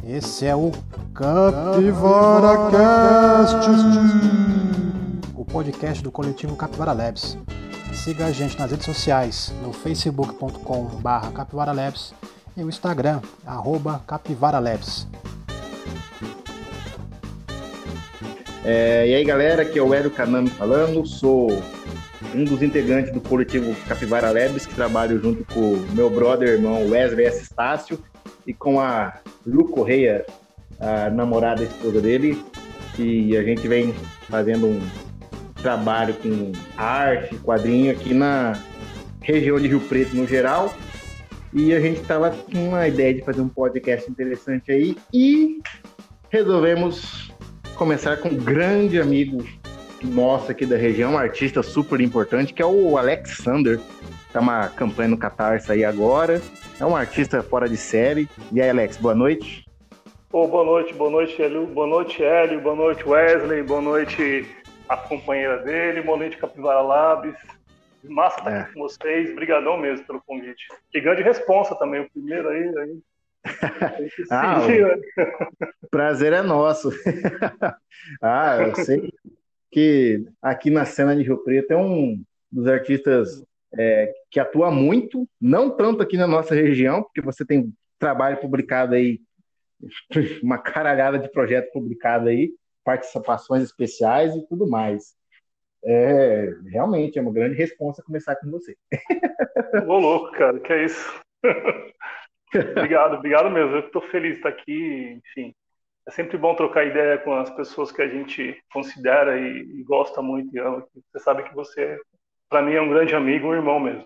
Esse é o Capivara Cast, o podcast do coletivo Capivara Labs. Siga a gente nas redes sociais, no facebook.com/capivaralabs e o Instagram, @capivaralabs. E aí galera, aqui é o Hélio Kanami falando, sou um dos integrantes do coletivo Capivara Labs, que trabalho junto com o meu brother, irmão Wesley S. Estácio, e com a Lu Correia, a namorada, a esposa dele, e a gente vem fazendo um trabalho com arte, quadrinho aqui na região de Rio Preto no geral, e a gente estava com uma ideia de fazer um podcast interessante aí, e resolvemos começar com um grande amigo nosso aqui da região, um artista super importante, que é o Alexander. Tá uma campanha no Catarse aí agora. É um artista fora de série. E aí, Alex, boa noite. Boa noite, Hélio. Boa noite, Hélio. Boa noite, Wesley. Boa noite, a companheira dele. Boa noite, Capivara Labs. Massa estar aqui com vocês. Obrigadão mesmo pelo convite. Que grande responsa também, o primeiro aí. Prazer é nosso. Eu sei que aqui na cena de Rio Preto é um dos artistas que atua muito, não tanto aqui na nossa região, porque você tem trabalho publicado aí, uma caralhada de projetos publicados aí, participações especiais e tudo mais. Realmente é uma grande responsa começar com você. Ô louco, cara, que é isso? Obrigado mesmo. Eu estou feliz de estar aqui. Enfim, é sempre bom trocar ideia com as pessoas que a gente considera e gosta muito e ama. Você sabe que você, para mim, é um grande amigo, um irmão mesmo.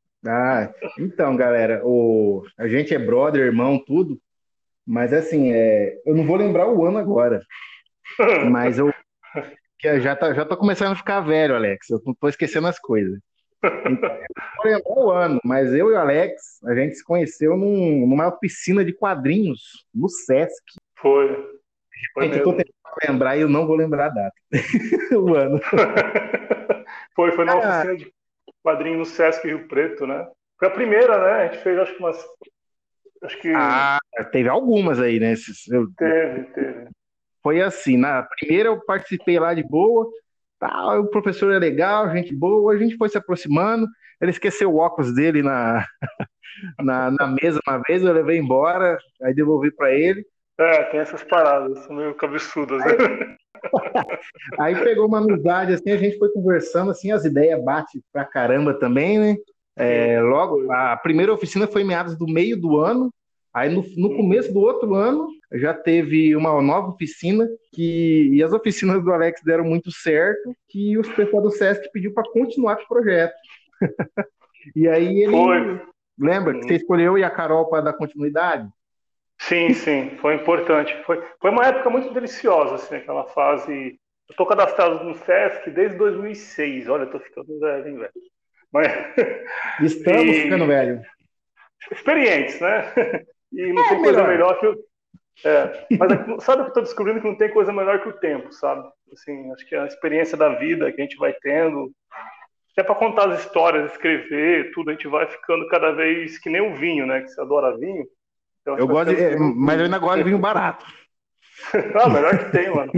Então, galera, a gente é brother, irmão, tudo, mas assim, eu não vou lembrar o ano agora, mas que já tô começando a ficar velho, Alex. Eu tô esquecendo as coisas. Então, eu não vou lembrar o ano, mas eu e o Alex, a gente se conheceu numa oficina de quadrinhos no Sesc. Foi Gente, eu tô tentando lembrar e eu não vou lembrar a data. O ano. Foi numa oficina de quadrinhos no Sesc Rio Preto, né? Foi a primeira, né? A gente fez, acho que... teve algumas aí, né? Teve. Foi assim, na primeira eu participei lá de boa, tal, o professor é legal, gente boa, a gente foi se aproximando, ele esqueceu o óculos dele na mesa uma vez, eu levei embora, aí devolvi para ele. Tem essas paradas, são meio cabeçudas, né? Aí pegou uma amizade, assim, a gente foi conversando, assim, as ideias batem pra caramba também, né? Logo, a primeira oficina foi em meados do meio do ano, aí no começo do outro ano já teve uma nova oficina, e as oficinas do Alex deram muito certo, que os pessoal do Sesc pediu para continuar com o projeto. E aí ele... Lembra que você escolheu e a Carol para dar continuidade? Sim, foi importante. Foi uma época muito deliciosa, assim, aquela fase. Eu tô cadastrado no Sesc desde 2006. Olha, eu tô ficando velho, hein, velho. Estamos ficando velho. Experientes, né? E não tem coisa melhor que o... Mas sabe o que eu tô descobrindo? Que não tem coisa melhor que o tempo, sabe? Assim, acho que a experiência da vida que a gente vai tendo, até para contar as histórias, escrever, tudo, a gente vai ficando cada vez que nem o vinho, né? Que você adora vinho. Então, eu gosto mas eu ainda gosto de vinho barato. Melhor que tem, mano.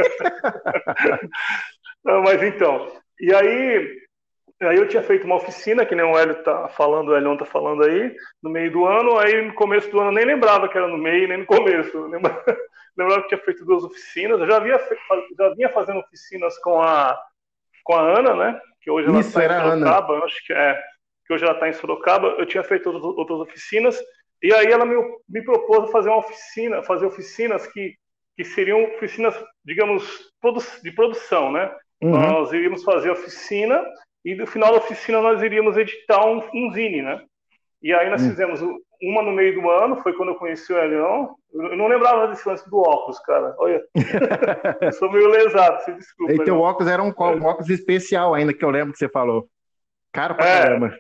Não, mas então, e aí eu tinha feito uma oficina, que nem o Hélio tá falando, o Hélio tá falando aí, no meio do ano, aí no começo do ano eu nem lembrava que era no meio, nem no começo. Eu lembrava que tinha feito 2 oficinas, eu já vinha fazendo oficinas com a Ana, né? Que hoje ela está em Sorocaba, eu acho que hoje ela está em Sorocaba. Eu tinha feito outras oficinas, e aí ela me propôs fazer oficinas que seriam oficinas, digamos, de produção, né? Uhum. Nós iríamos fazer oficina, e no final da oficina nós iríamos editar um zine, né? E aí nós fizemos uma no meio do ano, foi quando eu conheci o Elião. Eu não lembrava desse lance do óculos, cara. Olha, eu sou meio lesado, se desculpa. E teu óculos era um óculos especial ainda, que eu lembro que você falou. Caro pra caramba.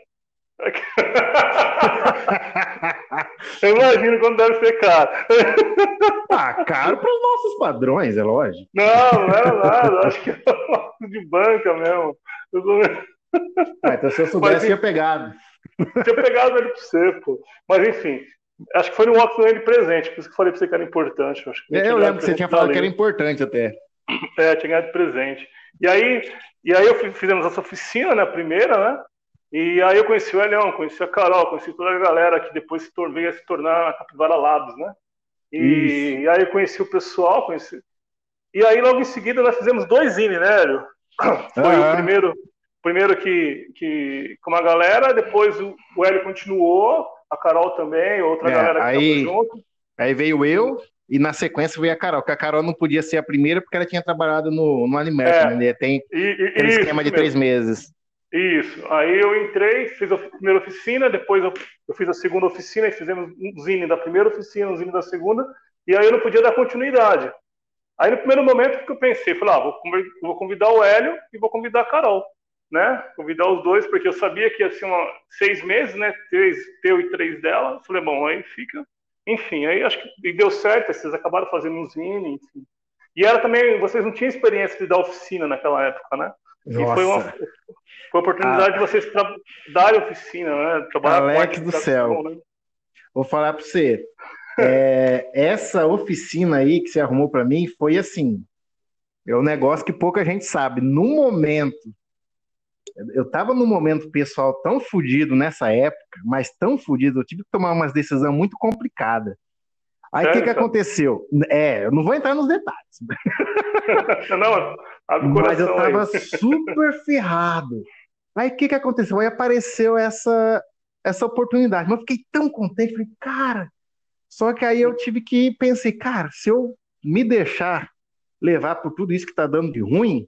Eu imagino quando deve ser caro. Caro para os nossos padrões, é lógico. Não era nada. Acho que era um óculos de banca mesmo. Então se eu soubesse, tinha pegado. Tinha pegado ele pra você, pô. Mas enfim. Acho que foi no Ox no de presente, por isso que eu falei pra você que era importante. Eu lembro que você tinha falado que era importante até. Tinha ganhado de presente. E aí fizemos essa oficina, né, a primeira, né? E aí eu conheci o Elião, conheci a Carol, conheci toda a galera que depois veio a se tornar a Capivara Labs, né? E aí eu conheci o pessoal, E aí logo em seguida nós fizemos 2 zine, né, Hélio? Foi o primeiro que com uma galera, depois o Hélio continuou, a Carol também, outra galera que estava junto. Aí veio eu, e na sequência veio a Carol, porque a Carol não podia ser a primeira porque ela tinha trabalhado no Animation, né? Tem aquele esquema de 3 meses. Isso. Aí eu entrei, fiz a primeira oficina, depois eu fiz a segunda oficina e fizemos um zine da primeira oficina, um zine da segunda, e aí eu não podia dar continuidade. Aí no primeiro momento que eu pensei, falei, vou convidar o Hélio e vou convidar a Carol, né? Convidar os dois, porque eu sabia que ia ser 6 meses, né? 3 teu e 3 dela. Eu falei, bom, aí fica. Enfim, aí acho que deu certo, vocês acabaram fazendo um zine, enfim. E era também, vocês não tinham experiência de dar oficina naquela época, né? Nossa. E foi uma oportunidade de vocês darem oficina, né? Trabalhar Alex do céu. Né? Vou falar para você. Essa oficina aí que você arrumou para mim foi assim. É um negócio que pouca gente sabe. No momento, eu tava num momento pessoal tão fodido nessa época, mas tão fodido, eu tive que tomar umas decisões muito complicadas. Aí o que aconteceu? Eu não vou entrar nos detalhes. Não, mas eu tava super ferrado. Aí o que aconteceu? Aí apareceu essa oportunidade. Mas eu fiquei tão contente, falei, cara. Só que aí eu pensei, cara, se eu me deixar levar por tudo isso que tá dando de ruim,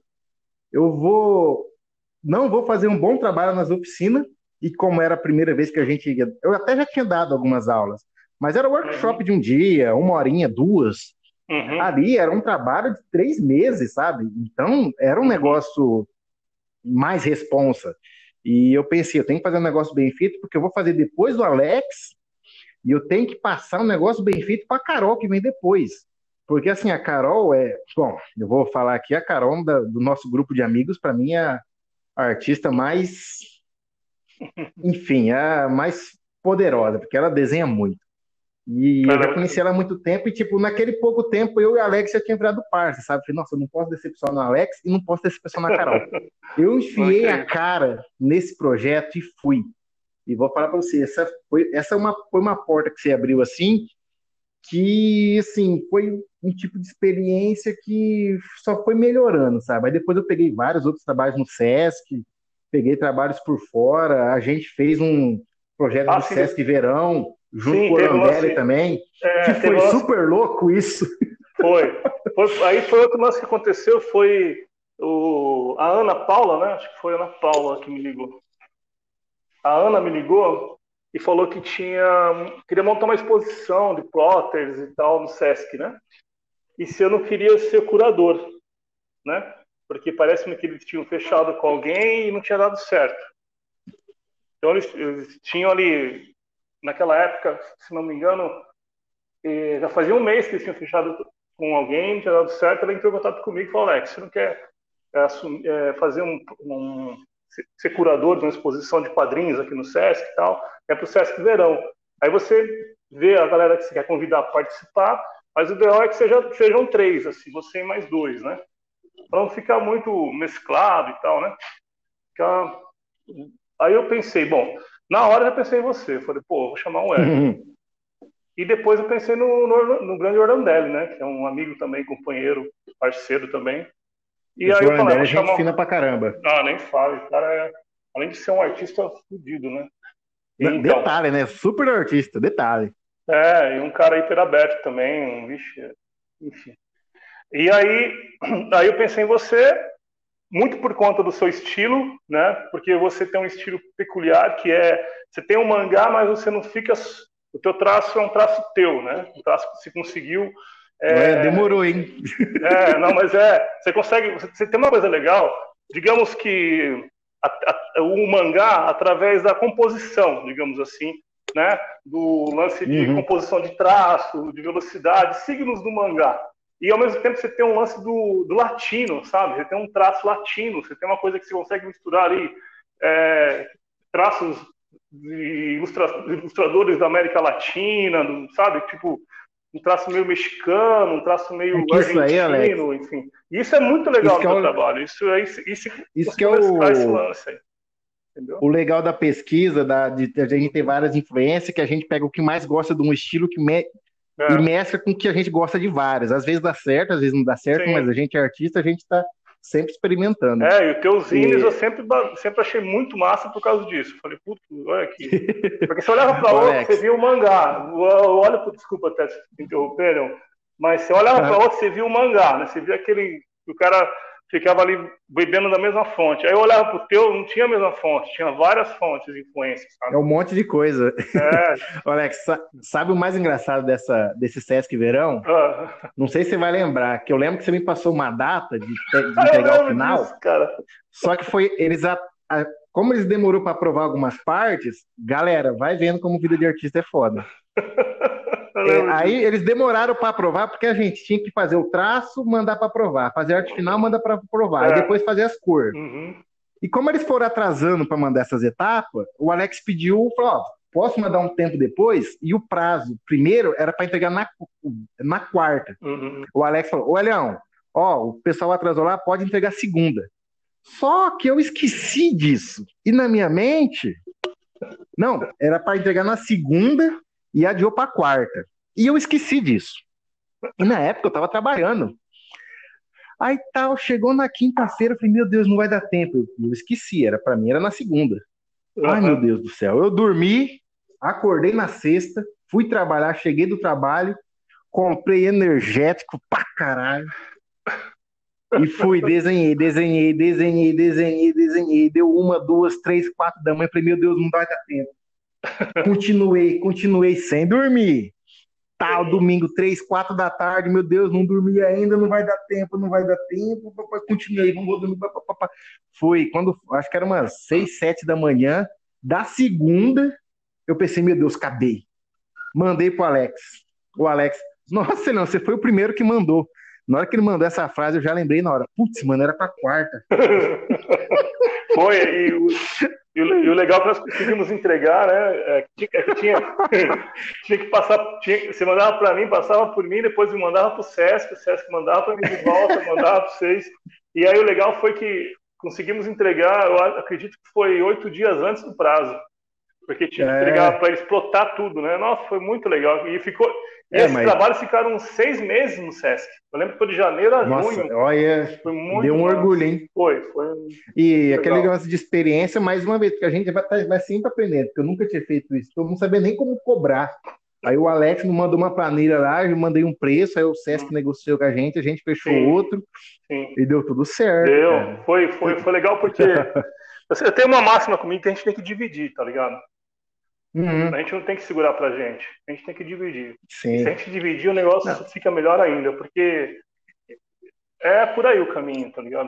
eu não vou fazer um bom trabalho nas oficinas. E como era a primeira vez que a gente ia, eu até já tinha dado algumas aulas, mas era workshop de um dia, 1 horinha, 2. Ali era um trabalho de 3 meses, sabe? Então era um negócio mais responsa. E eu pensei, eu tenho que fazer um negócio bem feito, porque eu vou fazer depois do Alex, e eu tenho que passar um negócio bem feito para a Carol, que vem depois. Porque assim, a Carol bom, eu vou falar aqui, a Carol do nosso grupo de amigos, para mim é a artista mais, enfim, a mais poderosa, porque ela desenha muito. E eu já conheci ela há muito tempo, e tipo, naquele pouco tempo eu e a Alex já tinha virado parça, sabe? Falei, nossa, eu não posso decepcionar a Alex e não posso decepcionar a Carol. Eu enfiei a cara nesse projeto e fui. E vou falar para você, essa foi uma porta que você abriu assim, que assim, foi um tipo de experiência que só foi melhorando, sabe? Aí depois eu peguei vários outros trabalhos no Sesc, peguei trabalhos por fora, a gente fez um projeto do Sesc Verão, junto com o Orlandelli também, que foi super louco isso. Aí foi outro lance que aconteceu, foi a Ana Paula, né? Acho que foi a Ana Paula que me ligou. A Ana me ligou e falou que queria montar uma exposição de plotters e tal no Sesc, né? E se eu não queria ser curador, né? Porque parece-me que eles tinham fechado com alguém e não tinha dado certo. Então eles tinham ali, naquela época, se não me engano, já fazia 1 mês que eles tinham fechado com alguém, não tinha dado certo. Ela entrou em contato comigo e falou, Alex, você não quer fazer ser curador de uma exposição de quadrinhos aqui no Sesc e tal, é para o Sesc Verão. Aí você vê a galera que você quer convidar a participar, mas o ideal é que sejam 3, assim, você e mais 2, né? Para não ficar muito mesclado e tal, né? Aí eu pensei, bom, na hora eu já pensei em você, falei, vou chamar um Hélio. E depois eu pensei no grande Orlandelli, né? Que é um amigo também, companheiro, parceiro também. E aí eu falei, gente fina pra caramba. Nem fale, o cara além de ser um artista fodido, né? Então, detalhe, né? Super artista, detalhe. E um cara hiper aberto também, enfim. E aí eu pensei em você, muito por conta do seu estilo, né? Porque você tem um estilo peculiar, que você tem um mangá, mas você não fica, o teu traço é um traço teu, né? Um traço que você conseguiu. Demorou, hein? Não, mas você consegue, você tem uma coisa legal, digamos que o mangá, através da composição, digamos assim, né? Do lance de composição de traço, de velocidade, signos do mangá. E ao mesmo tempo você tem um lance do latino, sabe? Você tem um traço latino, você tem uma coisa que você consegue misturar ali, traços ilustradores da América Latina, sabe? Tipo, um traço meio mexicano, um traço meio argentino, enfim. E isso é muito legal no meu trabalho. Isso que é esse lance aí. Entendeu? O legal da pesquisa, de a gente ter várias influências, que a gente pega o que mais gosta de um estilo e mescla com o que a gente gosta de várias. Às vezes dá certo, às vezes não dá certo, mas a gente é artista, a gente está sempre experimentando. E os teus zines eu sempre achei muito massa por causa disso. Falei, puto, olha aqui. Porque você olhava para outro, você via o mangá. Desculpa até te interromperam, mas você olhava para outro, você via o mangá, né? Você via o cara ficava ali bebendo da mesma fonte. Aí eu olhava pro teu, não tinha a mesma fonte, tinha várias fontes de influência, sabe? É um monte de coisa. Alex, sabe o mais engraçado desse Sesc Verão? Não sei se você vai lembrar, que eu lembro que você me passou uma data de entregar o final. Disso, cara. Só que foi como eles demorou para aprovar algumas partes, galera, vai vendo como vida de artista é foda. Aí eles demoraram para aprovar porque a gente tinha que fazer o traço, mandar para aprovar, fazer a arte final, mandar para aprovar, e depois fazer as cores. E como eles foram atrasando para mandar essas etapas, o Alex pediu, falou, posso mandar um tempo depois? E o prazo primeiro era para entregar na quarta. O Alex falou, ô Leão, o pessoal atrasou lá, pode entregar segunda. Só que eu esqueci disso. E na minha mente, não, era para entregar na segunda e adiou para quarta. E eu esqueci disso. E na época eu estava trabalhando. Aí tal, chegou na quinta-feira, eu falei, meu Deus, não vai dar tempo. Eu esqueci, para mim era na segunda. Ai, meu Deus do céu. Eu dormi, acordei na sexta, fui trabalhar, cheguei do trabalho, comprei energético pra caralho. E fui, desenhei. Deu 1, 2, 3, 4 da manhã. Falei, meu Deus, não vai dar tempo. Continuei sem dormir. Domingo, 3, 4 da tarde, meu Deus, não dormi ainda, não vai dar tempo. Continuei, vou dormir. Foi, acho que era umas 6, 7 da manhã, da segunda, eu pensei, meu Deus, acabei. Mandei pro Alex. O Alex, nossa, não, você foi o primeiro que mandou. Na hora que ele mandou essa frase, eu já lembrei na hora. Putz, mano, era pra quarta. Foi, e o legal que nós conseguimos entregar, né? Tinha que passar. Você mandava pra mim, passava por mim, depois me mandava pro Sesc, o Sesc mandava pra mim de volta, mandava pra vocês. E aí o legal foi que conseguimos entregar, eu acredito que foi 8 dias antes do prazo. Porque tinha que entregar para eles plotar tudo, né? Nossa, foi muito legal. E esses trabalhos ficaram 6 meses no Sesc. Eu lembro que foi de janeiro a junho. Olha, foi muito deu um orgulho, hein? Foi. E legal. Aquele negócio de experiência, mais uma vez, porque a gente vai sempre aprendendo, porque eu nunca tinha feito isso, eu não sabia nem como cobrar. Aí o Alex me mandou uma planilha lá, eu mandei um preço, aí o Sesc negociou com a gente fechou outro, e deu tudo certo. Cara. Foi legal porque eu tenho uma máxima comigo que a gente tem que dividir, tá ligado? A gente não tem que segurar pra gente, a gente tem que dividir. Sim. Se a gente dividir, o negócio fica melhor ainda, porque é por aí o caminho, tá ligado?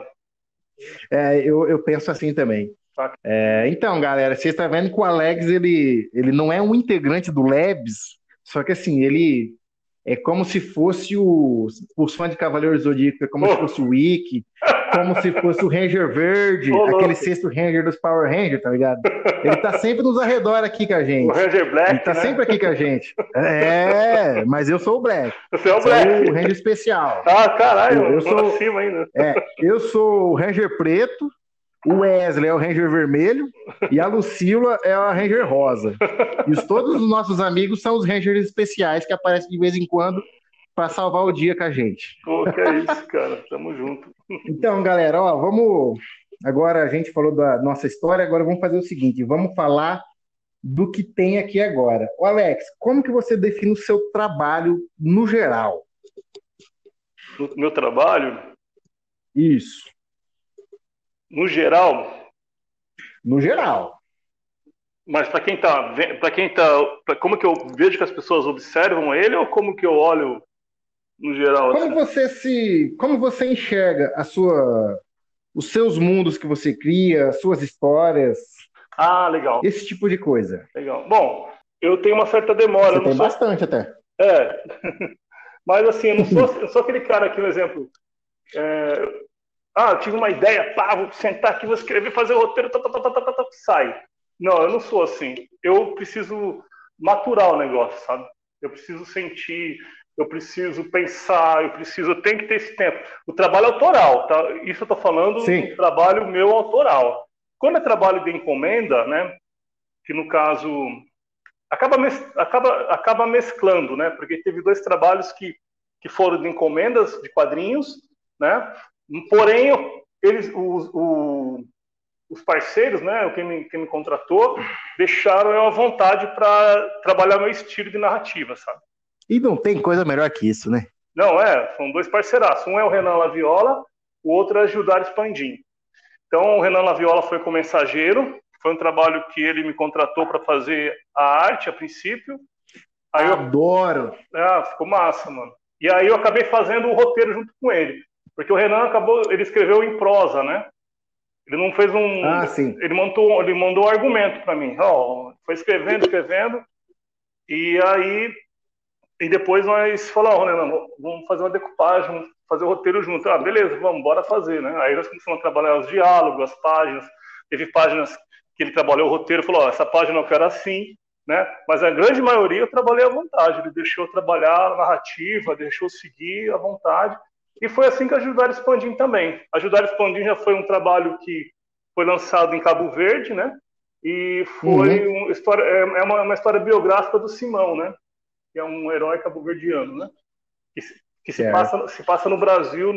Eu penso assim também. Então, galera, vocês estão vendo que o Alex, ele não é um integrante do Labs, só que assim, ele é como se fosse os fãs de Cavaleiros do Zodíaco, é como se fosse o Wiki, como se fosse o Ranger Verde, aquele sexto Ranger dos Power Rangers, tá ligado? Ele tá sempre nos arredores aqui com a gente. O Ranger Black, ele tá sempre aqui com a gente. Mas eu sou o Black. Você é o Black. Eu sou o Ranger especial. Caralho, eu sou acima ainda. Eu sou o Ranger preto, o Wesley é o Ranger vermelho e a Lucila é a Ranger rosa. E todos os nossos amigos são os Rangers especiais que aparecem de vez em quando para salvar o dia com a gente. Pô, que é isso, cara. Tamo junto. Então, galera, vamos... Agora a gente falou da nossa história, agora vamos fazer o seguinte, vamos falar do que tem aqui agora. Ô, Alex, como que você define o seu trabalho no geral? Meu trabalho? Isso. No geral? No geral. Mas para quem tá, como que eu vejo que as pessoas observam ele ou como que eu olho no geral? Como você enxerga os seus mundos que você cria, as suas histórias? Legal. Esse tipo de coisa. Legal. Bom, eu tenho uma certa demora. Você tem bastante até. Mas assim, eu não sou aquele cara aqui, por exemplo. Eu tive uma ideia, vou sentar aqui, vou escrever, fazer o roteiro, sai. Não, eu não sou assim. Eu preciso maturar o negócio, sabe? Eu preciso sentir, eu preciso pensar, eu tenho que ter esse tempo. O trabalho autoral, tá? Isso eu tô falando Sim. do trabalho meu autoral. Quando é trabalho de encomenda, né? Que no caso acaba mesclando, né? Porque teve dois trabalhos que foram de encomendas de quadrinhos, né? Porém, eles, os parceiros, né? Quem me contratou, deixaram eu à vontade para trabalhar meu estilo de narrativa, sabe? E não tem coisa melhor que isso, né? Não, são dois parceiraços. Um é o Renan Laviola, o outro é Gildar Spandim. Então, o Renan Laviola foi com o mensageiro, foi um trabalho que ele me contratou para fazer a arte a princípio. Aí Adoro! ficou massa, mano. E aí eu acabei fazendo o roteiro junto com ele. Porque o Renan ele escreveu em prosa, né? Ele não fez Sim. Ele mandou um argumento para mim. Foi escrevendo, e aí. E depois nós falamos, Renan, vamos fazer uma decupagem, vamos fazer o roteiro junto. Beleza, vamos, bora fazer, né? Aí nós começamos a trabalhar os diálogos, as páginas. Teve páginas que ele trabalhou o roteiro, falou, essa página eu quero assim, né? Mas a grande maioria eu trabalhei à vontade. Ele deixou eu trabalhar a narrativa, deixou eu seguir à vontade. E foi assim que Ajudar Expandim também. Ajudar Expandim já foi um trabalho que foi lançado em Cabo Verde, né? E foi uma história biográfica do Simão, né? Que é um herói cabo-verdiano, né? Que se passa no Brasil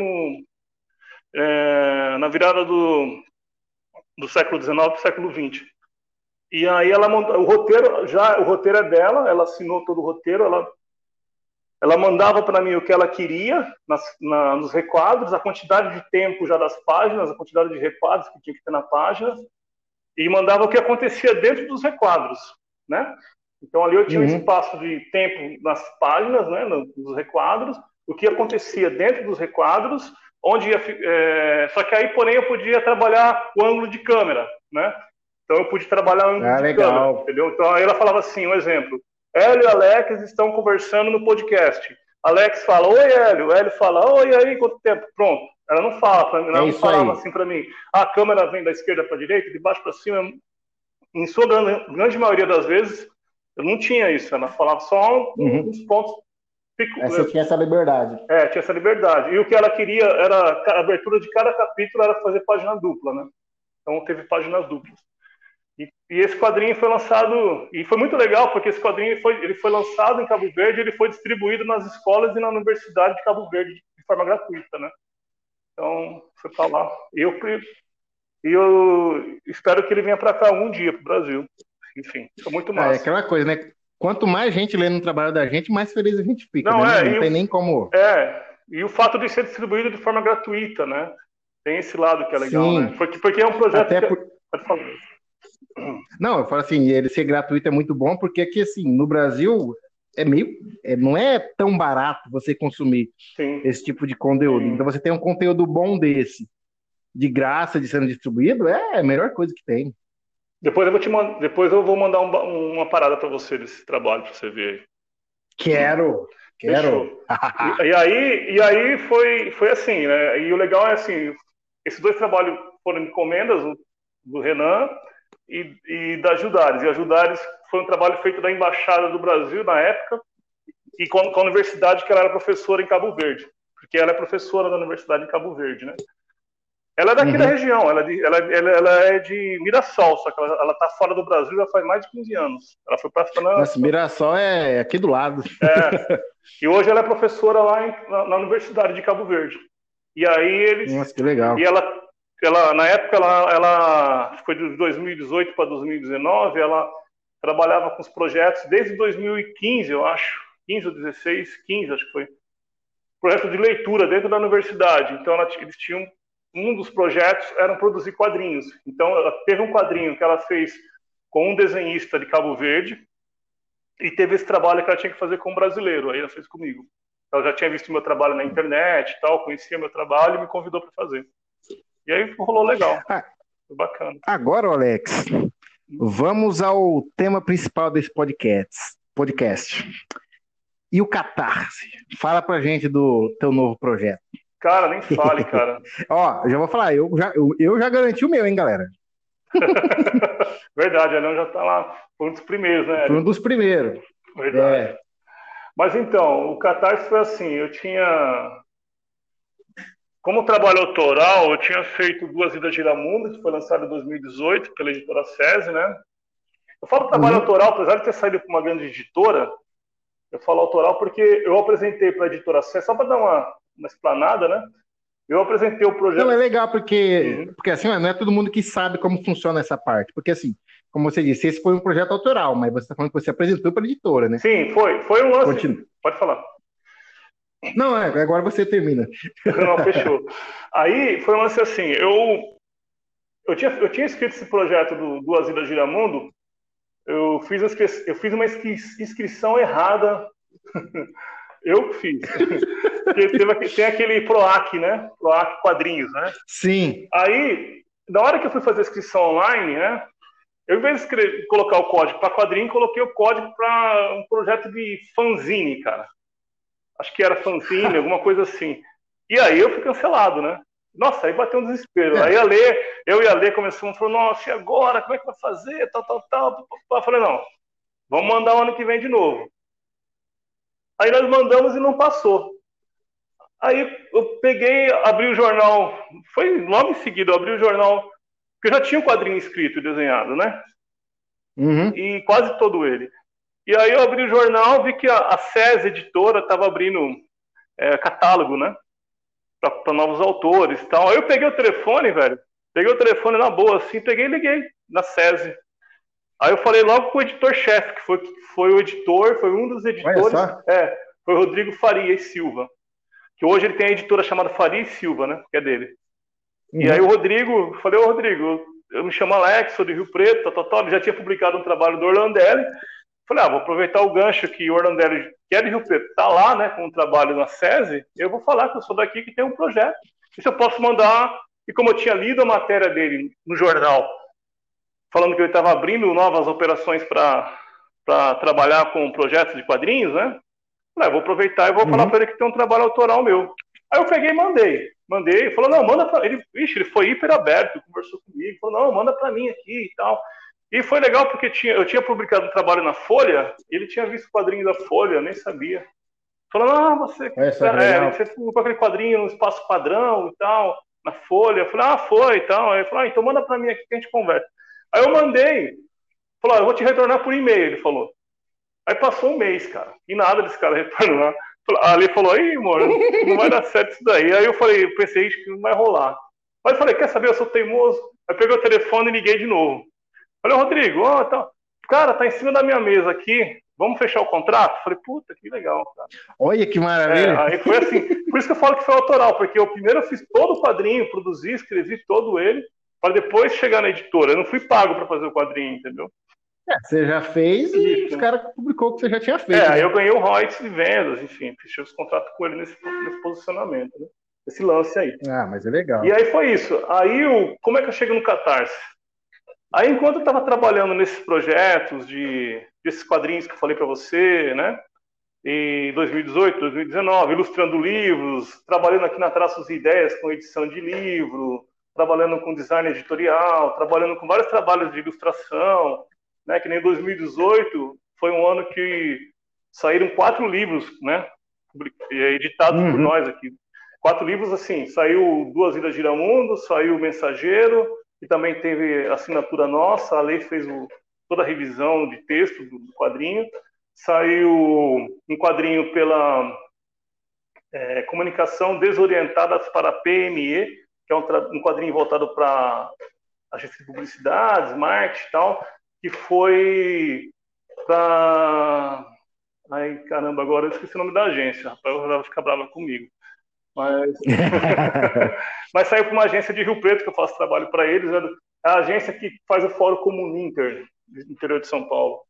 na virada do século XIX para o século XX. E aí o roteiro é dela, ela assinou todo o roteiro, ela mandava para mim o que ela queria nos requadros, a quantidade de tempo já das páginas, a quantidade de requadros que tinha que ter na página, e mandava o que acontecia dentro dos requadros, né? Então ali eu tinha um espaço de tempo nas páginas, né, nos requadros, o que acontecia dentro dos requadros, só que aí, porém, eu podia trabalhar o ângulo de câmera, né? Então eu pude trabalhar o ângulo de câmera, entendeu? Então aí ela falava assim, um exemplo, Hélio e Alex estão conversando no podcast. Alex fala, oi Hélio, Hélio fala, oi aí, quanto tempo? Pronto. Ela não fala para mim, ela não falava assim para mim, a câmera vem da esquerda para a direita, de baixo para cima. Em sua grande maioria das vezes, eu não tinha isso, ela falava só uns pontos. Você tinha essa liberdade. Tinha essa liberdade. E o que ela queria era, a abertura de cada capítulo era fazer página dupla, né? Então teve páginas duplas. E esse quadrinho foi lançado, e foi muito legal, porque esse quadrinho ele foi lançado em Cabo Verde, ele foi distribuído nas escolas e na Universidade de Cabo Verde de forma gratuita, né? Então, foi para lá. E eu espero que ele venha para cá algum dia, para o Brasil. Enfim, foi muito massa. É aquela coisa, né? Quanto mais gente lê no trabalho da gente, mais feliz a gente fica. Não tem nem como. E o fato de ser distribuído de forma gratuita, né? Tem esse lado que é legal, sim, né? Porque é um projeto Pode falar. Não, eu falo assim, ele ser gratuito é muito bom, porque aqui, assim, no Brasil, não é tão barato você consumir esse tipo de conteúdo. Então, você tem um conteúdo bom desse, de graça, de sendo distribuído, é a melhor coisa que tem. Depois eu vou mandar uma parada para você desse trabalho, para você ver aí. Quero. E aí foi assim, né? E o legal é assim, esses dois trabalhos foram encomendas do Renan e da Judares. E a Judares foi um trabalho feito da Embaixada do Brasil na época e com a universidade que ela era professora em Cabo Verde, porque ela é professora da Universidade em Cabo Verde, né? Ela é daqui da região, ela é de Mirassol, só que ela tá fora do Brasil já faz mais de 15 anos. Ela foi para Nossa, Mirassol é aqui do lado. E hoje ela é professora lá na Universidade de Cabo Verde. E aí Nossa, que legal. E ela na época, ela foi de 2018 para 2019, ela trabalhava com os projetos desde 2015, eu acho, 15 ou 16, 15, acho que foi. Projeto de leitura dentro da universidade. Então eles tinham um dos projetos era produzir quadrinhos. Então, ela teve um quadrinho que ela fez com um desenhista de Cabo Verde e teve esse trabalho que ela tinha que fazer com um brasileiro. Aí ela fez comigo. Ela já tinha visto meu trabalho na internet e tal, conhecia meu trabalho e me convidou para fazer. E aí rolou legal. Foi bacana. Agora, Alex, vamos ao tema principal desse podcast. E o Catarse? Fala pra gente do teu novo projeto. Cara, nem fale, cara. Ó, já vou falar, eu já garanti o meu, hein, galera? Verdade, o Leão já tá lá, foi um dos primeiros, né, Foi um Hélio? dos primeiros. Verdade. É. Mas então, o Catarse foi assim, como trabalho autoral, eu tinha feito Duas Vidas Giramundo, que foi lançado em 2018 pela editora SESI, né? Eu falo trabalho Uhum. autoral, apesar de ter saído para uma grande editora, eu falo autoral porque eu apresentei para a editora SESI, só para dar uma explanada, né? Eu apresentei o Não, projeto. é legal porque, Uhum. porque assim, não é todo mundo que sabe como funciona essa parte. Porque assim, como você disse, esse foi um projeto autoral, mas você está falando que você apresentou para a editora, né? Sim, foi um lance. Continua. Pode falar. Não, agora você termina. Não, fechou. Aí foi um lance assim, eu tinha escrito esse projeto do Duas Vidas Giramundo, eu fiz uma inscrição errada, eu que fiz. Porque tem aquele PROAC, né? PROAC quadrinhos, né? Sim. Aí, na hora que eu fui fazer a inscrição online, né? Eu, em vez de colocar o código para quadrinho, coloquei o código para um projeto de fanzine, cara. Acho que era fanzine, alguma coisa assim. E aí eu fui cancelado, né? Nossa, aí bateu um desespero. Aí É. eu e a Lê começamos a falar, nossa, e agora? Como é que vai fazer? Tal, tal, tal. Eu falei, não, vamos mandar o ano que vem de novo. Aí nós mandamos e não passou. Aí eu peguei, abri o jornal, foi logo em seguida, eu abri o jornal, porque eu já tinha um quadrinho escrito e desenhado, né? Uhum. E quase todo ele. E aí eu abri o jornal, vi que a SESI editora estava abrindo catálogo, né? Para novos autores e tal. Aí eu peguei o telefone, velho. Peguei o telefone na boa, assim, peguei e liguei na SESI. Aí eu falei logo com o editor-chefe, que foi o editor, foi um dos Olha editores, só. foi o Rodrigo Faria e Silva. Que hoje ele tem a editora chamada Faria e Silva, né? Que é dele. E aí o Uhum. Rodrigo, falei, ô Rodrigo, eu me chamo Alex, sou de Rio Preto, ele já tinha publicado um trabalho do Orlandelli. Falei, vou aproveitar o gancho que o Orlandelli, que é de Rio Preto, tá lá, né, com um trabalho na SESI, eu vou falar que eu sou daqui, que tem um projeto. E se eu posso mandar, e como eu tinha lido a matéria dele no jornal, falando que ele estava abrindo novas operações para trabalhar com projetos de quadrinhos, né? Falei, vou aproveitar e vou falar para Uhum. ele que tem um trabalho autoral meu. Aí eu peguei e mandei. Mandei, falou, não, manda pra ele. Vixe, ele foi hiper aberto, conversou comigo, falou, não, manda para mim aqui e tal. E foi legal porque eu tinha publicado um trabalho na Folha, e ele tinha visto o quadrinho da Folha, eu nem sabia. Falou, não, Olha só que legal. você publicou aquele quadrinho no espaço padrão e tal, na Folha. Eu falei, foi e tal. Aí ele falou, então manda para mim aqui que a gente conversa. Aí eu mandei, falou, eu vou te retornar por e-mail, ele falou. Aí passou um mês, cara, e nada desse cara retornar. Ali falou, aí, mano, não vai dar certo isso daí. Aí eu falei, eu pensei que não vai rolar. Mas eu falei, quer saber, eu sou teimoso. Aí peguei o telefone e liguei de novo. Falei, Rodrigo, tá. Cara, tá em cima da minha mesa aqui, vamos fechar o contrato? Falei, puta, que legal, cara. Olha que maravilha. Aí foi assim, por isso que eu falo que foi autoral, porque eu primeiro eu fiz todo o quadrinho, produzi, escrevi todo ele, para depois chegar na editora. Eu não fui pago para fazer o quadrinho, entendeu? Você já fez e os Isso. caras publicou o que você já tinha feito, Aí né? eu ganhei o royalties de vendas, enfim, fechei os contratos com ele nesse posicionamento, né? Esse lance aí. Ah, mas é E legal. aí foi isso. Aí, como é que eu chego no Catarse? Aí, enquanto eu estava trabalhando nesses projetos desses quadrinhos que eu falei para você, né? Em 2018, 2019, ilustrando livros, trabalhando aqui na Traços e Ideias com edição de livro, trabalhando com design editorial, trabalhando com vários trabalhos de ilustração, né? Que nem 2018 foi um ano que saíram 4 livros, né? Editados por Uhum. nós aqui. 4 livros, assim, saiu Duas Vidas Giramundo, saiu o Mensageiro, que também teve assinatura nossa, a Lei fez toda a revisão de texto do quadrinho, saiu um quadrinho pela Comunicação Desorientadas para a PME, que é um quadrinho voltado para agência de publicidades, marketing e tal, que foi para... Ai, caramba, agora eu esqueci o nome da agência, rapaz, ela vai ficar brava comigo. Mas, mas saiu para uma agência de Rio Preto, que eu faço trabalho para eles, né? É a agência que faz o Fórum Comuninter, no interior de São Paulo.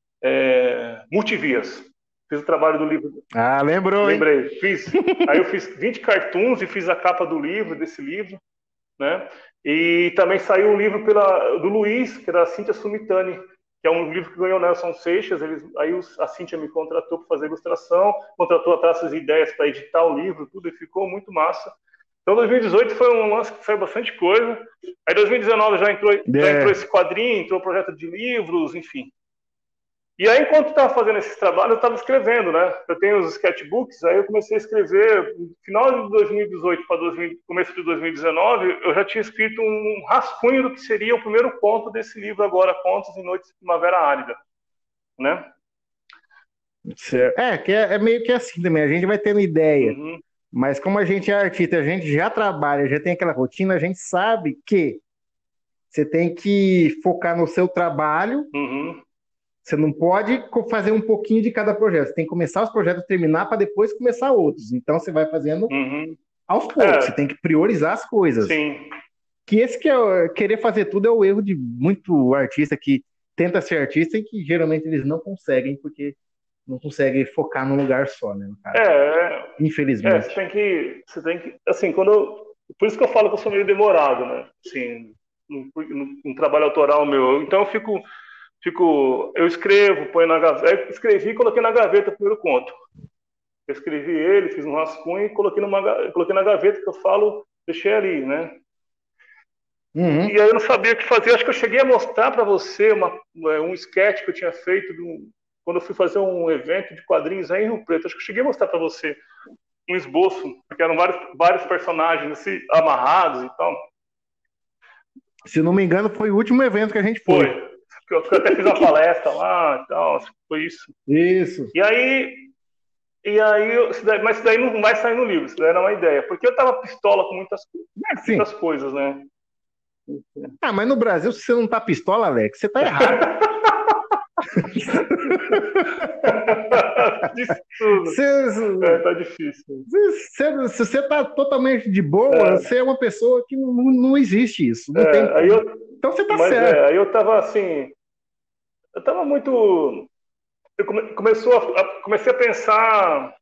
Multivias. Fiz o trabalho do livro. Ah, lembrou, hein? Lembrei. Aí eu fiz 20 cartoons e fiz a capa do livro, desse livro, né? E também saiu um livro do Luiz, que era a Cíntia Sumitani, que é um livro que ganhou Nelson Seixas. Aí a Cíntia me contratou para fazer ilustração, contratou a Traços e Ideias para editar o livro, tudo, e ficou muito massa. Então 2018 foi um lance que saiu bastante coisa. Aí 2019 já entrou esse quadrinho, entrou o projeto de livros, enfim. E aí, enquanto eu estava fazendo esses trabalhos, eu estava escrevendo, né? Eu tenho os sketchbooks, aí eu comecei a escrever. No final de 2018 para começo de 2019, eu já tinha escrito um rascunho do que seria o primeiro conto desse livro agora, Contos em Noites de Primavera Árida, né? Que é meio que assim também, a gente vai tendo ideia. Mas como a gente é artista, a gente já trabalha, já tem aquela rotina, a gente sabe que você tem que focar no seu trabalho. Você não pode fazer um pouquinho de cada projeto. Você tem que começar os projetos, terminar para depois começar outros. Então você vai fazendo aos poucos. Você tem que priorizar as coisas. Sim. Que esse que é querer fazer tudo é o erro de muito artista que tenta ser artista e que geralmente eles não conseguem porque não conseguem focar num lugar só, né, cara? Infelizmente. Você tem que, assim, por isso que eu falo que eu sou meio demorado, né? Assim, no trabalho autoral meu. Então eu escrevo, ponho na gaveta, escrevi e coloquei na gaveta o primeiro conto. Eu escrevi ele, fiz um rascunho e coloquei na gaveta que eu falo, deixei ali, né? E aí eu não sabia o que fazer. Acho que eu cheguei a mostrar para você um sketch que eu tinha feito quando eu fui fazer um evento de quadrinhos aí em Rio Preto. Acho que eu cheguei a mostrar para você um esboço, porque eram vários personagens assim, amarrados e tal. Se não me engano, foi o último evento que a gente foi. Eu até fiz uma palestra lá e tal, foi isso. Isso. E aí mas isso daí não vai sair no livro, isso daí era uma ideia. Porque eu tava pistola com muitas coisas, né? Mas no Brasil, se você não tá pistola, Alex, você tá errado. Tá difícil. Se você tá totalmente de boa, você é uma pessoa que não existe isso. Não tem então você tá certo. Aí eu tava assim. Eu tava muito. Comecei a pensar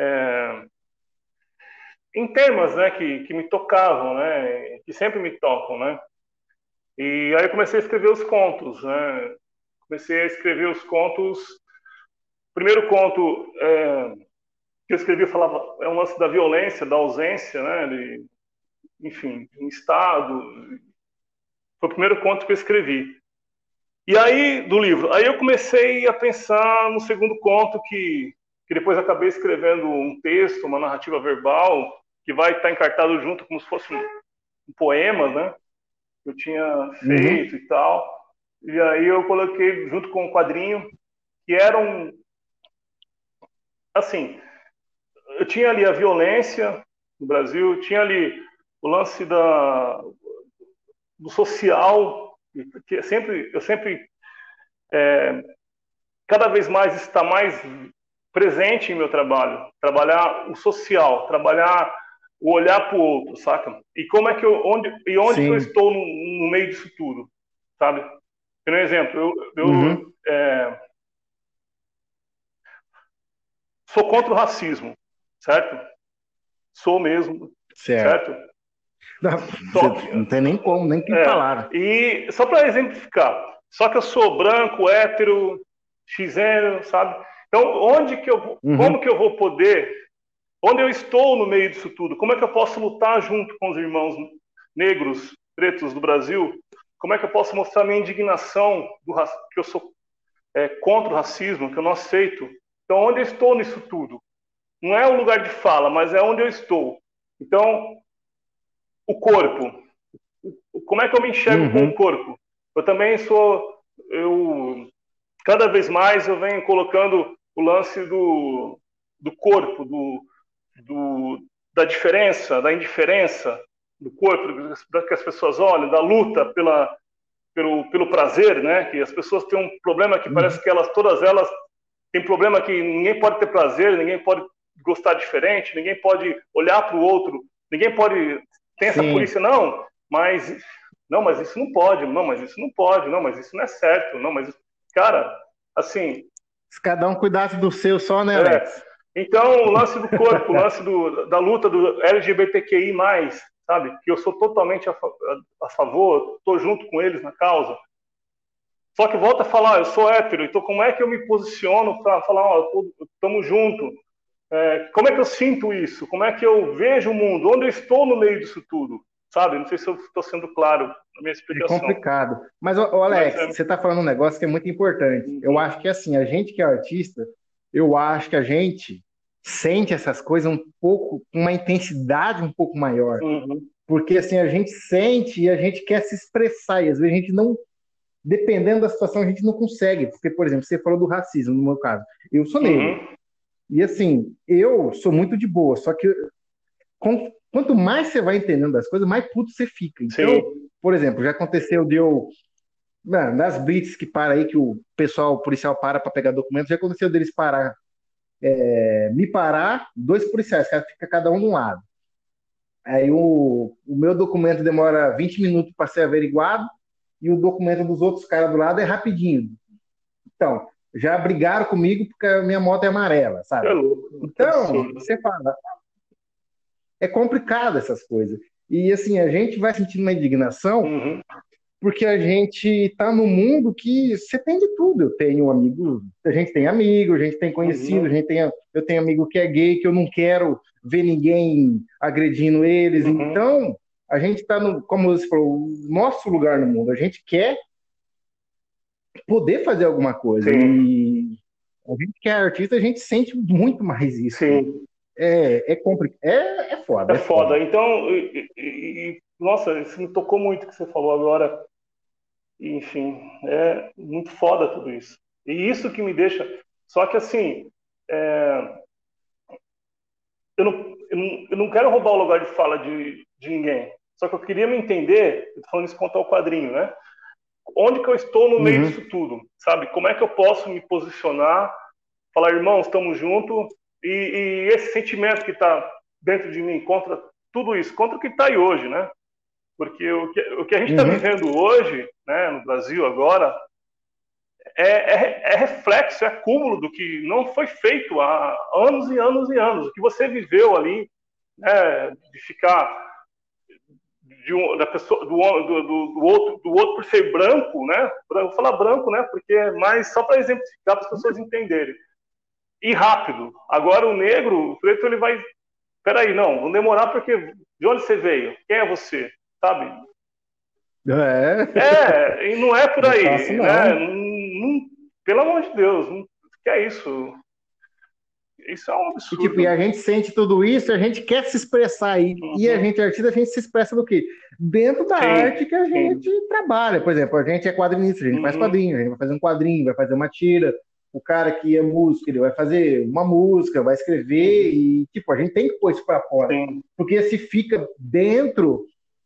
em temas, né, que me tocavam, né, que sempre me tocam, né. E aí eu comecei a escrever os contos, né. Comecei a escrever os contos. O primeiro conto que eu escrevi falava é um lance da violência, da ausência, né, enfim, de um estado. Foi o primeiro conto que eu escrevi. E aí, do livro, aí eu comecei a pensar no segundo conto que depois acabei escrevendo um texto, uma narrativa verbal, que vai estar encartado junto como se fosse um poema, né? Que eu tinha feito e tal. E aí eu coloquei junto com um quadrinho, que era assim, eu tinha ali a violência no Brasil, tinha ali o lance do social, que eu sempre cada vez mais está mais presente em meu trabalho, trabalhar o social, trabalhar o olhar para o outro, saca? E como é que onde que eu estou no meio disso tudo, sabe? Por exemplo, eu sou contra o racismo, certo? Sou mesmo, certo? Não tem nem como, nem que falar. E só para exemplificar, só que eu sou branco, hétero, xeno, sabe? Então, como que eu vou poder, onde eu estou no meio disso tudo? Como é que eu posso lutar junto com os irmãos negros, pretos do Brasil? Como é que eu posso mostrar minha indignação que eu sou contra o racismo, que eu não aceito? Então, onde eu estou nisso tudo? Não é o lugar de fala, mas é onde eu estou. Então, o corpo. Como é que eu me enxergo com o corpo? Eu também cada vez mais eu venho colocando o lance do corpo, da diferença, da indiferença do corpo, que as pessoas olham, da luta pelo prazer, né? Que as pessoas têm um problema que parece que todas elas têm problema que ninguém pode ter prazer, ninguém pode gostar diferente, ninguém pode olhar para o outro, ninguém pode ter essa polícia, mas isso não pode, não, mas isso não pode, não, mas isso não é certo, não, mas cara, assim... Se cada um cuidasse do seu só, né, Alex? Então, o lance do corpo, o lance da luta do LGBTQI+, sabe? Que eu sou totalmente a favor, estou junto com eles na causa. Só que volta a falar, eu sou hétero, então como é que eu me posiciono para falar, estamos juntos? Como é que eu sinto isso? Como é que eu vejo o mundo? Onde eu estou no meio disso tudo? Sabe? Não sei se eu estou sendo claro na minha É explicação. complicado. Mas, ô, Mas Alex, você está falando um negócio que é muito importante. Eu uhum, acho que, assim, a gente que é artista, eu acho que a gente sente essas coisas um pouco, com uma intensidade um pouco maior. uhum, Porque, assim, a gente sente e a gente quer se expressar. E, às vezes, a gente não, dependendo da situação, a gente não consegue. Porque, por exemplo, você falou do racismo, no meu caso. Eu sou negro. uhum, E, assim, eu sou muito de boa. Só que quanto mais você vai entendendo das coisas, mais puto você fica. Então, sim, por exemplo, já aconteceu de eu nas blitz que para aí, que o pessoal, o policial para pegar documentos, já aconteceu deles parar, me parar, dois policiais, que fica cada um de um lado. Aí o meu documento demora 20 minutos para ser averiguado e o documento dos outros caras do lado é rapidinho. Então, já brigaram comigo porque a minha moto é amarela, é sabe? louco, que Então, absurdo. você fala, é complicado essas coisas. E assim, a gente vai sentindo uma indignação Uhum, porque a gente está num mundo que você tem de tudo. Eu tenho amigo, a gente tem amigo, a gente tem conhecido, uhum, eu tenho amigo que é gay, que eu não quero ver ninguém agredindo eles. uhum, Então, a gente está no, como você falou, o nosso lugar no mundo. A gente quer poder fazer alguma coisa. sim, E a gente que é artista, a gente sente muito mais isso. sim. É complicado, é É foda, é foda. foda. Então, nossa, isso me tocou muito o que você falou agora. E, enfim, é muito foda tudo isso. E isso que me deixa. Só que assim, é, eu não quero roubar o lugar de fala de ninguém. Só que eu queria me entender, eu tô falando isso quanto ao quadrinho, né? Onde que eu estou no meio Uhum, disso tudo, sabe? Como é que eu posso me posicionar, falar, irmãos, estamos juntos, e esse sentimento que está dentro de mim contra tudo isso, contra o que está aí hoje, né? Porque o que a gente está uhum. vivendo hoje, né, no Brasil agora, é reflexo, é acúmulo do que não foi feito há anos e anos e anos. O que você viveu ali, né, de ficar da pessoa, do outro por ser branco, né? Vou falar branco, né? Porque é mais só para exemplificar para as pessoas entenderem. E rápido. Agora o negro, o preto, ele vai. Peraí, não, vamos demorar porque de onde você veio? Quem é você? Sabe? É, E não é por não é fácil, aí, né? não. Pelo amor de Deus, não, que é isso? Isso é um E, tipo, e absurdo. a gente sente tudo isso, a gente quer se expressar aí. E a Uhum. gente, artista, a gente se expressa do quê? Dentro da arte Sim, que a sim. gente trabalha. Por exemplo, a gente é quadrinista, a gente faz Uhum. quadrinho, a gente vai fazer um quadrinho, vai fazer uma tira. O cara que é músico, ele vai fazer uma música, vai escrever Uhum. e, tipo, a gente tem que pôr isso pra fora. Sim, Porque se fica dentro,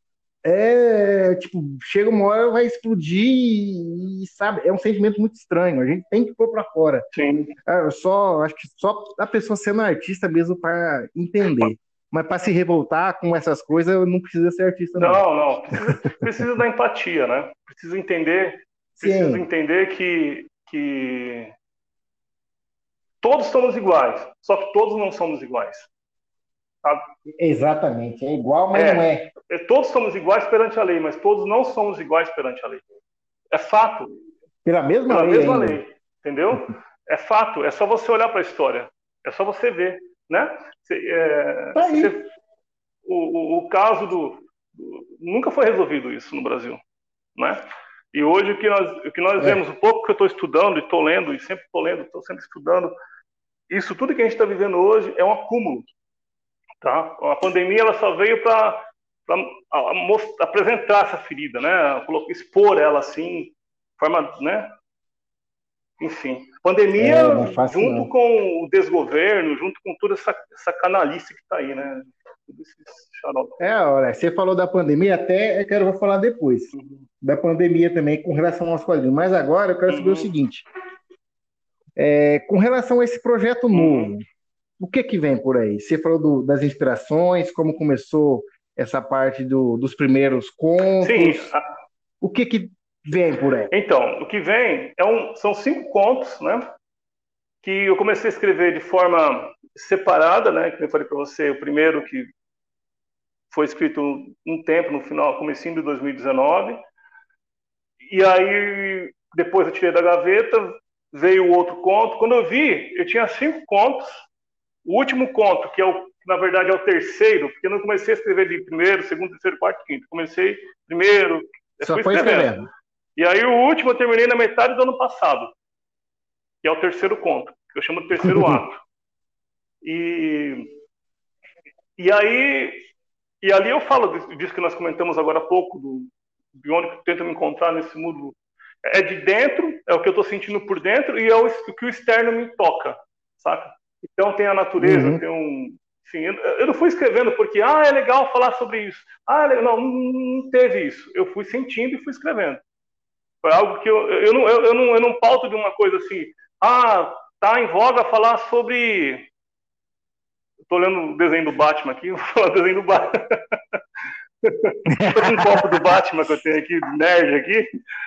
tipo, chega uma hora vai explodir e, sabe, é um sentimento muito estranho. A gente tem que pôr pra fora. sim. Acho que só a pessoa sendo artista mesmo para entender. Mas para se revoltar com essas coisas, não precisa ser artista, não. Não, não. Precisa da empatia, né? Precisa Sim, entender que todos somos iguais, só que todos não somos iguais. Sabe? exatamente. É igual, mas não é. Todos somos iguais perante a lei, mas todos não somos iguais perante a lei. É fato, Pela mesma pela lei mesma ainda. lei, entendeu? É fato, é só você olhar para a história, é só você ver, né? Tá Se aí. você, o caso nunca foi resolvido isso no Brasil, né? E hoje o que nós vemos, É, um pouco que eu estou estudando e estou lendo, e sempre estou lendo, estou sempre estudando, isso tudo que a gente está vivendo hoje é um acúmulo, tá? A pandemia ela só veio para apresentar essa ferida, né? Expor ela assim, forma, né? Enfim, pandemia não é fácil, junto não. com o desgoverno, junto com toda essa canalice que está aí, né? Tudo esse xarope. Olha, você falou da pandemia, até eu quero vou falar depois. Uhum. Da pandemia também, com relação aos quadrinhos. Mas agora eu quero saber o Uhum. seguinte: com relação a esse projeto Uhum. novo, o que que vem por aí? Você falou das inspirações, como começou essa parte dos primeiros Sim, contos. O que que vem por aí? então, o que vem são 5 contos, né? Que eu comecei a escrever de forma separada, né? Que eu falei para você, o primeiro que foi escrito um tempo, no final, comecinho de 2019. E aí, depois eu tirei da gaveta, veio o outro conto. Quando eu vi, eu tinha 5 contos O último conto, que na verdade é o terceiro, porque eu não comecei a escrever de primeiro, segundo, terceiro, quarto, quinto. Comecei primeiro, Só fui foi escrevendo. E aí o último eu terminei na metade do ano passado, que é o terceiro conto, que eu chamo de terceiro ato. E ali eu falo disso que nós comentamos agora há pouco, de onde eu tento me encontrar nesse mundo. É de dentro, é o que eu estou sentindo por dentro, e é o que o externo me toca, saca? Então tem a natureza, tem um... Assim, eu não fui escrevendo porque, é legal falar sobre isso. Não teve isso. Eu fui sentindo e fui escrevendo. Foi algo que eu não pauto de uma coisa assim, tá em voga falar sobre... Estou lendo o desenho do Batman aqui, vou falar o desenho do Batman. Um copo do Batman que eu tenho aqui, nerd aqui.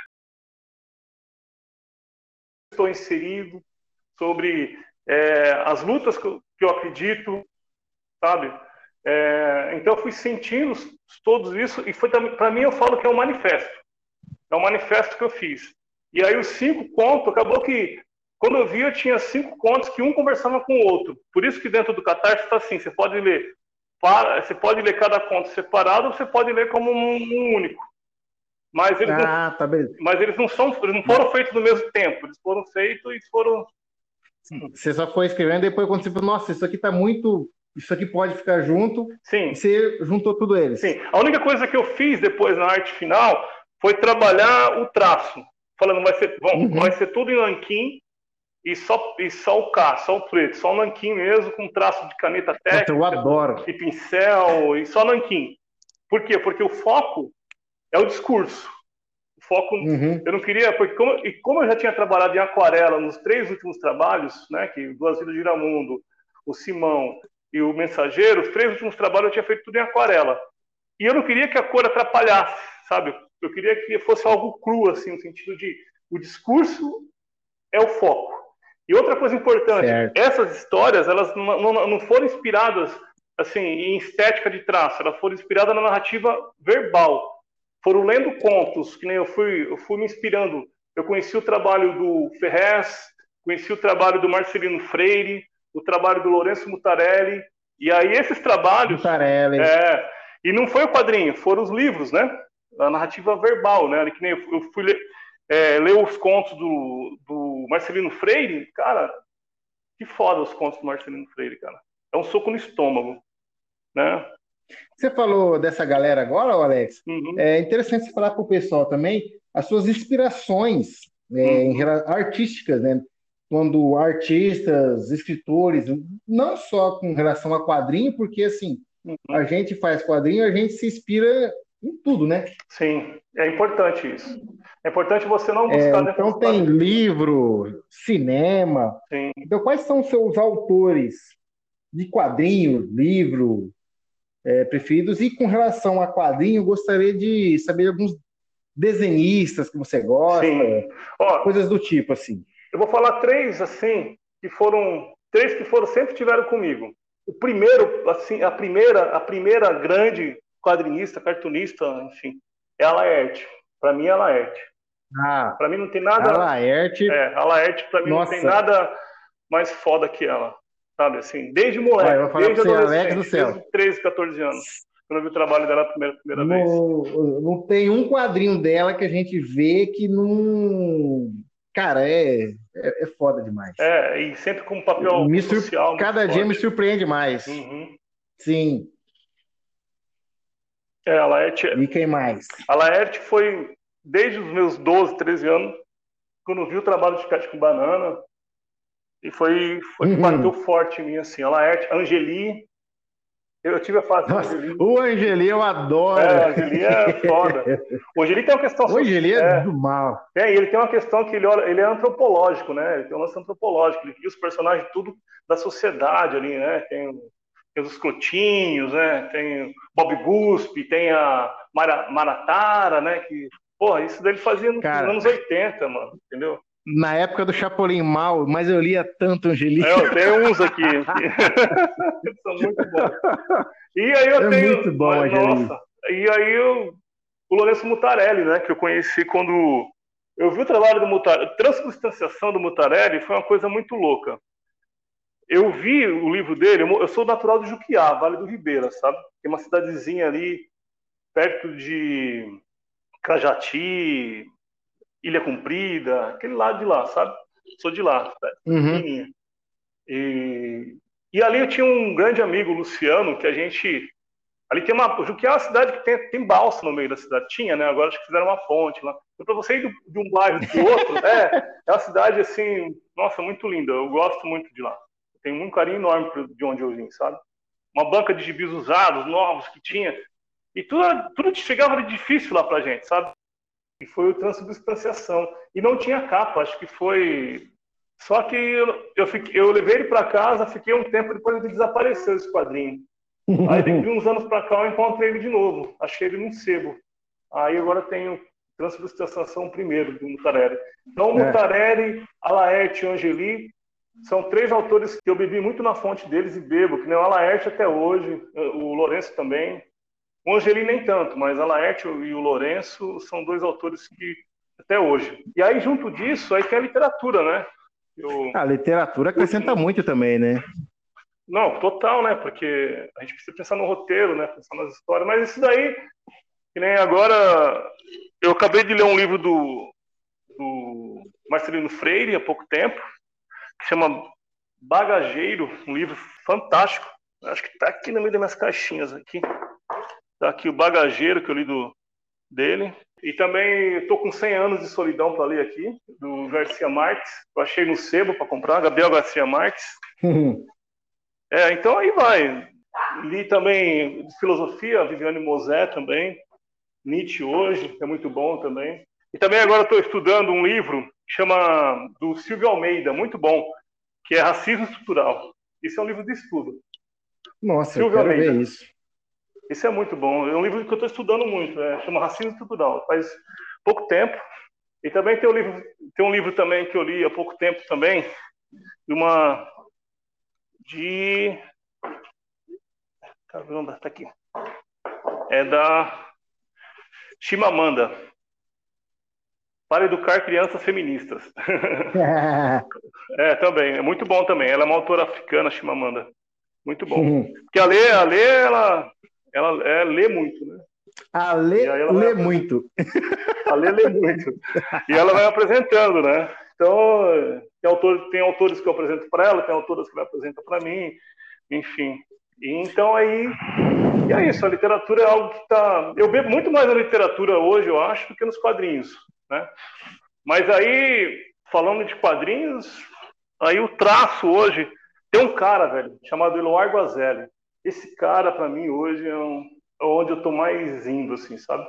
Estou inserido sobre as lutas que eu acredito, sabe? Então eu fui sentindo tudo isso e foi para mim, eu falo que é um manifesto. É um manifesto que eu fiz. E aí os 5 contos, acabou que quando eu vi, eu tinha 5 contos que um conversava com o outro. Por isso que dentro do Catarse está assim, você pode ler cada conto separado, ou você pode ler como um único. Mas eles, eles não foram feitos no mesmo tempo. Eles foram feitos e foram... Você só foi escrevendo, depois quando você falou, nossa, isso aqui tá muito... Isso aqui pode ficar junto. Sim. E você juntou tudo eles. Sim. A única coisa que eu fiz depois na arte final foi trabalhar o traço. Falando, vai ser tudo em nanquim e só o K, só o preto, só o nanquim mesmo, com traço de caneta técnica. Eu adoro. E pincel, e só nanquim. Por quê? Porque o foco é o discurso. O foco, eu não queria, porque como eu já tinha trabalhado em aquarela nos 3 últimos trabalhos, né, que Duas Vidas de Giramundo, o Simão e o Mensageiro, os 3 últimos trabalhos eu tinha feito tudo em aquarela. E eu não queria que a cor atrapalhasse, sabe? Eu queria que fosse algo cru, assim, no sentido de o discurso é o foco. E outra coisa importante, essas histórias, elas não foram inspiradas assim, em estética de traço, elas foram inspiradas na narrativa verbal. Foram lendo contos, que nem eu fui me inspirando. Eu conheci o trabalho do Ferrez, conheci o trabalho do Marcelino Freire, o trabalho do Lourenço Mutarelli, e aí esses trabalhos... E não foi o quadrinho, foram os livros, né? A narrativa verbal, né? Que nem eu fui ler os contos do Marcelino Freire, cara, que foda os contos do Marcelino Freire, cara. É um soco no estômago, né? Você falou dessa galera agora, Alex? É interessante você falar para o pessoal também as suas inspirações artísticas, né? Quando artistas, escritores, não só com relação a quadrinho, porque assim, a gente faz quadrinho, a gente se inspira em tudo, né? Sim, é importante isso. É importante você não buscar... Então tem livro, cinema. Sim. Então quais são os seus autores de quadrinho, livro... preferidos, e com relação a quadrinho, gostaria de saber alguns desenhistas que você gosta, coisas do tipo, assim. Eu vou falar 3, assim, que foram sempre estiveram comigo. O primeiro, assim, a primeira grande quadrinista, cartunista, enfim, é a Laerte. Para mim é a Laerte. Para mim não tem nada... A Laerte... a Laerte, para mim, não tem nada mais foda que ela. Sabe, assim, desde moleque, desde adolescente, desde 13, 14 anos, quando eu vi o trabalho dela a primeira vez. Não tem um quadrinho dela que a gente vê que não... Cara, é foda demais. E sempre com um papel social. Cada dia me surpreende mais. Sim. A Laerte... E quem mais? A Laerte foi, desde os meus 12, 13 anos, quando eu vi o trabalho de Cate com Banana... E foi que bateu forte em mim, assim. A Laerte, Angeli. Eu tive a fase do Angeli. O Angeli eu adoro. A Angeli é foda. O Angeli tem uma questão... O Angeli é do mal. E ele tem uma questão que ele é antropológico, né? Ele tem um lance antropológico. Ele cria os personagens tudo da sociedade ali, né? Tem os escrotinhos, né? Tem o Bob Guspe, tem a Maratara, né? Que, porra, isso daí ele fazia nos anos 80, mano. Entendeu? Na época do Chapolin Mal, mas eu lia tanto Angelique. Eu tenho uns aqui. Eles são muito bons. E aí eu tenho... muito bom, nossa. E aí o Lourenço Mutarelli, né? Que eu conheci quando... Eu vi o trabalho do Mutarelli. A transubstanciação do Mutarelli foi uma coisa muito louca. eu vi o livro dele, eu sou natural do Juquiá, Vale do Ribeira, sabe? Tem uma cidadezinha ali perto de Cajati, Ilha Comprida, aquele lado de lá, sabe? Sou de lá, pequenininha. E ali eu tinha um grande amigo, Luciano, que a gente... Ali tem uma... O Juquiá é uma cidade que tem balsa no meio da cidade. Tinha, né? Agora acho que fizeram uma ponte lá. Então, para você ir de um bairro para o outro, é uma cidade, assim, nossa, muito linda. Eu gosto muito de lá. Tenho um carinho enorme de onde eu vim, sabe? Uma banca de gibis usados, novos que tinha. E tudo chegava de difícil lá pra gente, sabe? E foi o transubstanciação. E não tinha capa, acho que foi... Só que eu levei ele para casa, fiquei um tempo, depois ele desapareceu esse quadrinho. Aí de uns anos para cá eu encontrei ele de novo. Achei ele num sebo. Aí agora tenho Transubstanciação primeiro, do Mutarelli. Então, Mutarelli, Alaerte e Angeli são 3 autores que eu bebi muito na fonte deles e bebo, que nem o Alaerte até hoje, o Lourenço também. O Angeli nem tanto, mas a Laerte e o Lourenço são 2 autores que até hoje. E aí, junto disso, aí tem a literatura, né? A literatura acrescenta muito também, né? Não, total, né? Porque a gente precisa pensar no roteiro, né? Pensar nas histórias. Mas isso daí, que nem agora... Eu acabei de ler um livro do Marcelino Freire há pouco tempo, que chama Bagageiro, um livro fantástico. Acho que está aqui no meio das minhas caixinhas aqui. Tá aqui o Bagageiro, que eu li dele. E também estou com 100 anos de solidão para ler aqui, do Garcia Marques. Eu achei no sebo para comprar, Gabriel Garcia Marques. Então aí vai. Li também de filosofia, Viviane Mosé também. Nietzsche hoje, que é muito bom também. E também agora estou estudando um livro que chama do Silvio Almeida, muito bom, que é Racismo Estrutural. Isso é um livro de estudo. Nossa, Silvio eu quero Almeida. Ver isso. Isso é muito bom. É um livro que eu estou estudando muito. Chama Racismo Estrutural. Faz pouco tempo. E também tem um livro também que eu li há pouco tempo também, Caramba, tá aqui. É da Chimamanda. Para educar crianças feministas. Também. É muito bom também. Ela é uma autora africana, Chimamanda. Muito bom. Porque a Lê, ela lê muito, né? A Lê lê muito. A Lê lê muito. E ela vai apresentando, né? Então, tem autores que eu apresento para ela, tem autores que ela apresenta para mim, enfim. E então aí... E é isso, a literatura é algo que está... Eu bebo muito mais na literatura hoje, eu acho, do que nos quadrinhos, né? Mas aí, falando de quadrinhos, aí o traço hoje... Tem um cara, velho, chamado Eloy Guazelli. Esse cara, para mim, hoje é onde eu tô mais indo, assim, sabe?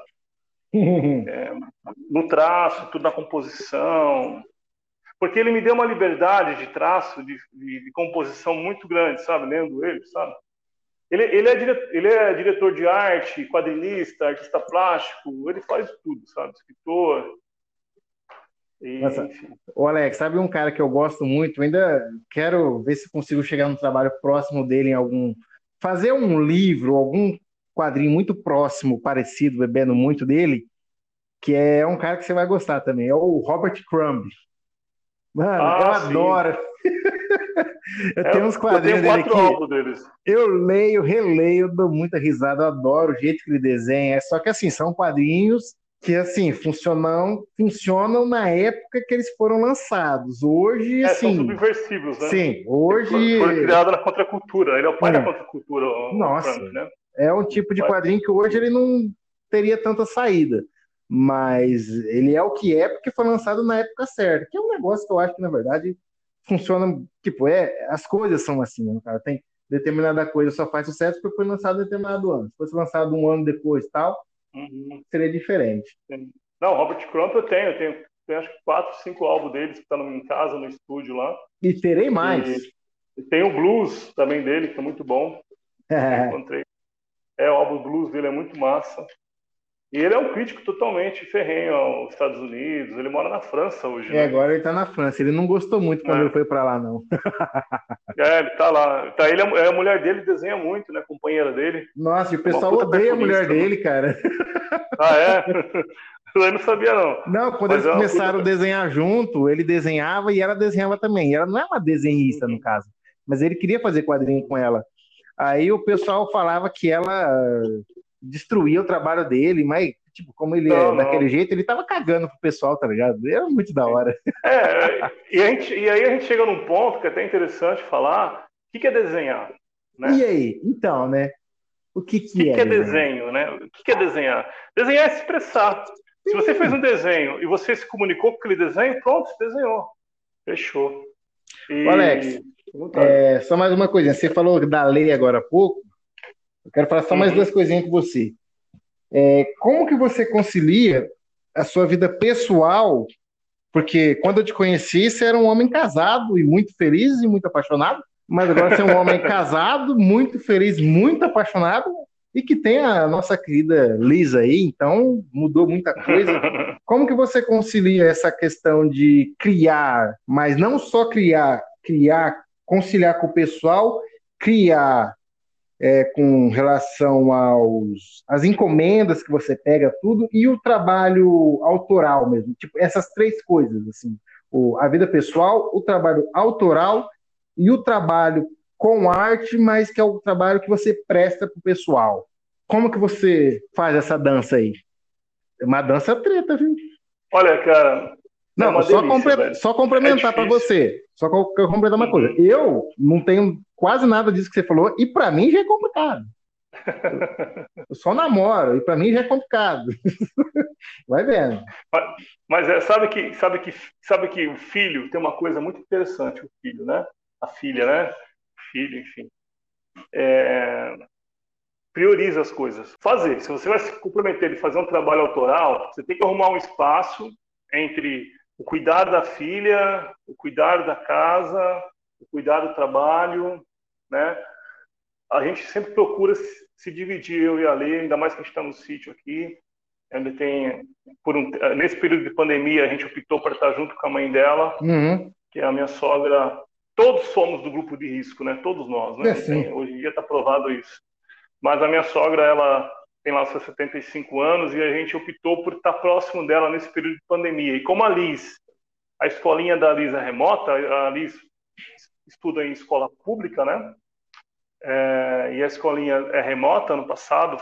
No traço, tudo na composição. Porque ele me deu uma liberdade de traço, de composição muito grande, sabe? Lendo ele, sabe? Ele é diretor de arte, quadrinista, artista plástico, ele faz tudo, sabe? Escritor. Ô Alex, sabe um cara que eu gosto muito? Eu ainda quero ver se consigo chegar no trabalho próximo dele fazer um livro, algum quadrinho muito próximo, parecido, bebendo muito dele, que é um cara que você vai gostar também, é o Robert Crumb. Mano, eu adoro. Eu tenho uns quadrinhos dele aqui. Eu leio, releio, dou muita risada, eu adoro o jeito que ele desenha. Só que assim, são quadrinhos que assim funcionam na época que eles foram lançados. Hoje, assim, são subversivos, né? Sim, hoje foi criado na contracultura. Ele é o pai da contracultura. Nossa, Trump, né? É um tipo de quadrinho que hoje ele não teria tanta saída, mas ele é o que é porque foi lançado na época certa. Que é um negócio que eu acho que na verdade funciona, tipo, as coisas são assim, né, cara? Tem determinada coisa só faz sucesso porque foi lançado em determinado ano. Se fosse lançado um ano depois, tal, seria diferente. Não, Robert Crumb eu tenho acho que 4, 5 álbuns deles que estão em casa, no estúdio lá. E terei mais. E tem o blues também dele, que é muito bom. Encontrei. O álbum blues dele é muito massa. E ele é um crítico totalmente ferrenho aos Estados Unidos. Ele mora na França hoje. Né? Agora ele tá na França. Ele não gostou muito quando ele foi pra lá, não. Ele tá lá. A mulher dele desenha muito, né? A companheira dele. Nossa, e o pessoal odeia a mulher dele, cara. Eu não sabia, não. Não, quando eles começaram a desenhar junto, ele desenhava e ela desenhava também. E ela não é uma desenhista, no caso. mas ele queria fazer quadrinho com ela. Aí o pessoal falava que ela destruía o trabalho dele, mas, tipo, como ele é Não, daquele não. jeito, ele tava cagando pro pessoal, tá ligado? Era muito da hora. E aí a gente chega num ponto que é até interessante falar, o que é desenhar, E né? aí? Então, né? O que O que é que é desenhar? desenho, né? O que é desenhar? Desenhar é se expressar. Se você fez um desenho e você se comunicou com aquele desenho, pronto, você desenhou. Fechou. Ô, Alex, E. Vontade. só mais uma coisinha. Você falou da lei agora há pouco. Eu quero falar só mais duas Uhum. coisinhas com você. Como que você concilia a sua vida pessoal? Porque quando eu te conheci, você era um homem casado e muito feliz e muito apaixonado. Mas agora você é um homem casado, muito feliz, muito apaixonado e que tem a nossa querida Lisa aí, então mudou muita coisa. Como que você concilia essa questão de criar, mas não só criar, conciliar com o pessoal, criar com relação às encomendas que você pega, tudo, e o trabalho autoral mesmo. Tipo, essas três coisas, assim, a vida pessoal, o trabalho autoral e o trabalho com arte, mas que é o trabalho que você presta pro pessoal. Como que você faz essa dança aí? É uma dança treta, viu? Olha, cara, é Não, uma delícia, velho. só É complementar para difícil. você. Só complementar uma coisa. Uhum. Eu não tenho quase nada disso que você falou, e para mim já é complicado. Eu só namoro, e para mim já é complicado. Vai vendo. Mas sabe que o filho tem uma coisa muito interessante, o filho, né? A filha, né? O filho, enfim. Prioriza as coisas. Fazer. Se você vai se comprometer de fazer um trabalho autoral, você tem que arrumar um espaço entre o cuidar da filha, o cuidar da casa, o cuidar do trabalho, né? A gente sempre procura se dividir, eu e a Lê, ainda mais que a gente está no sítio aqui. Ele tem, nesse período de pandemia, a gente optou por estar junto com a mãe dela, Uhum. que é a minha sogra. Todos somos do grupo de risco, né? Todos nós, É né? Não tem, assim. hoje em dia está provado isso. Mas a minha sogra, ela tem lá seus 75 anos e a gente optou por estar próximo dela nesse período de pandemia. E como a escolinha da Liz é remota, a Liz estuda em escola pública, né? E a escolinha é remota. Ano passado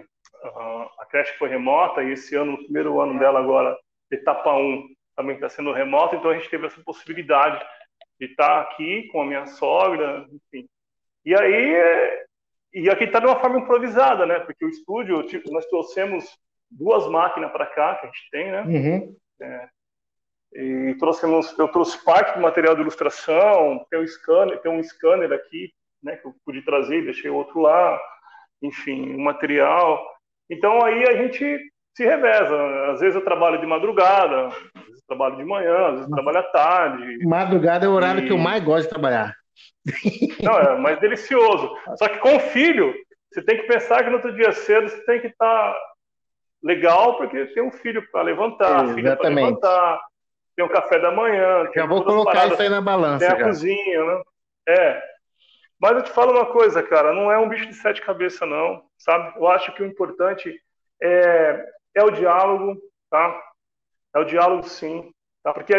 a creche foi remota e esse ano, no primeiro ano dela agora, etapa 1, também está sendo remota. Então a gente teve essa possibilidade de estar aqui com a minha sogra, enfim. E aí, e aqui está de uma forma improvisada, né? Porque o estúdio, nós trouxemos 2 máquinas para cá que a gente tem, né? Uhum. E eu trouxe parte do material de ilustração, tem um scanner aqui, né? Que eu pude trazer, deixei outro lá, enfim, o material. Então aí a gente se reveza. Às vezes eu trabalho de madrugada, às vezes eu trabalho de manhã, às vezes eu trabalho à tarde. Madrugada é o horário que eu E mais gosto de trabalhar. não, é mais delicioso. Só que com o filho, você tem que pensar que no outro dia cedo você tem que estar legal, porque tem um filho para levantar, a filha para Exatamente. levantar, tem o café da manhã, Já tem vou todas as colocar paradas, isso aí na tem balança a já. cozinha, né? É. Mas eu te falo uma coisa, cara, não é um bicho de 7 cabeças, não, sabe? Eu acho que o importante é o diálogo, tá? É o diálogo, sim, tá? Porque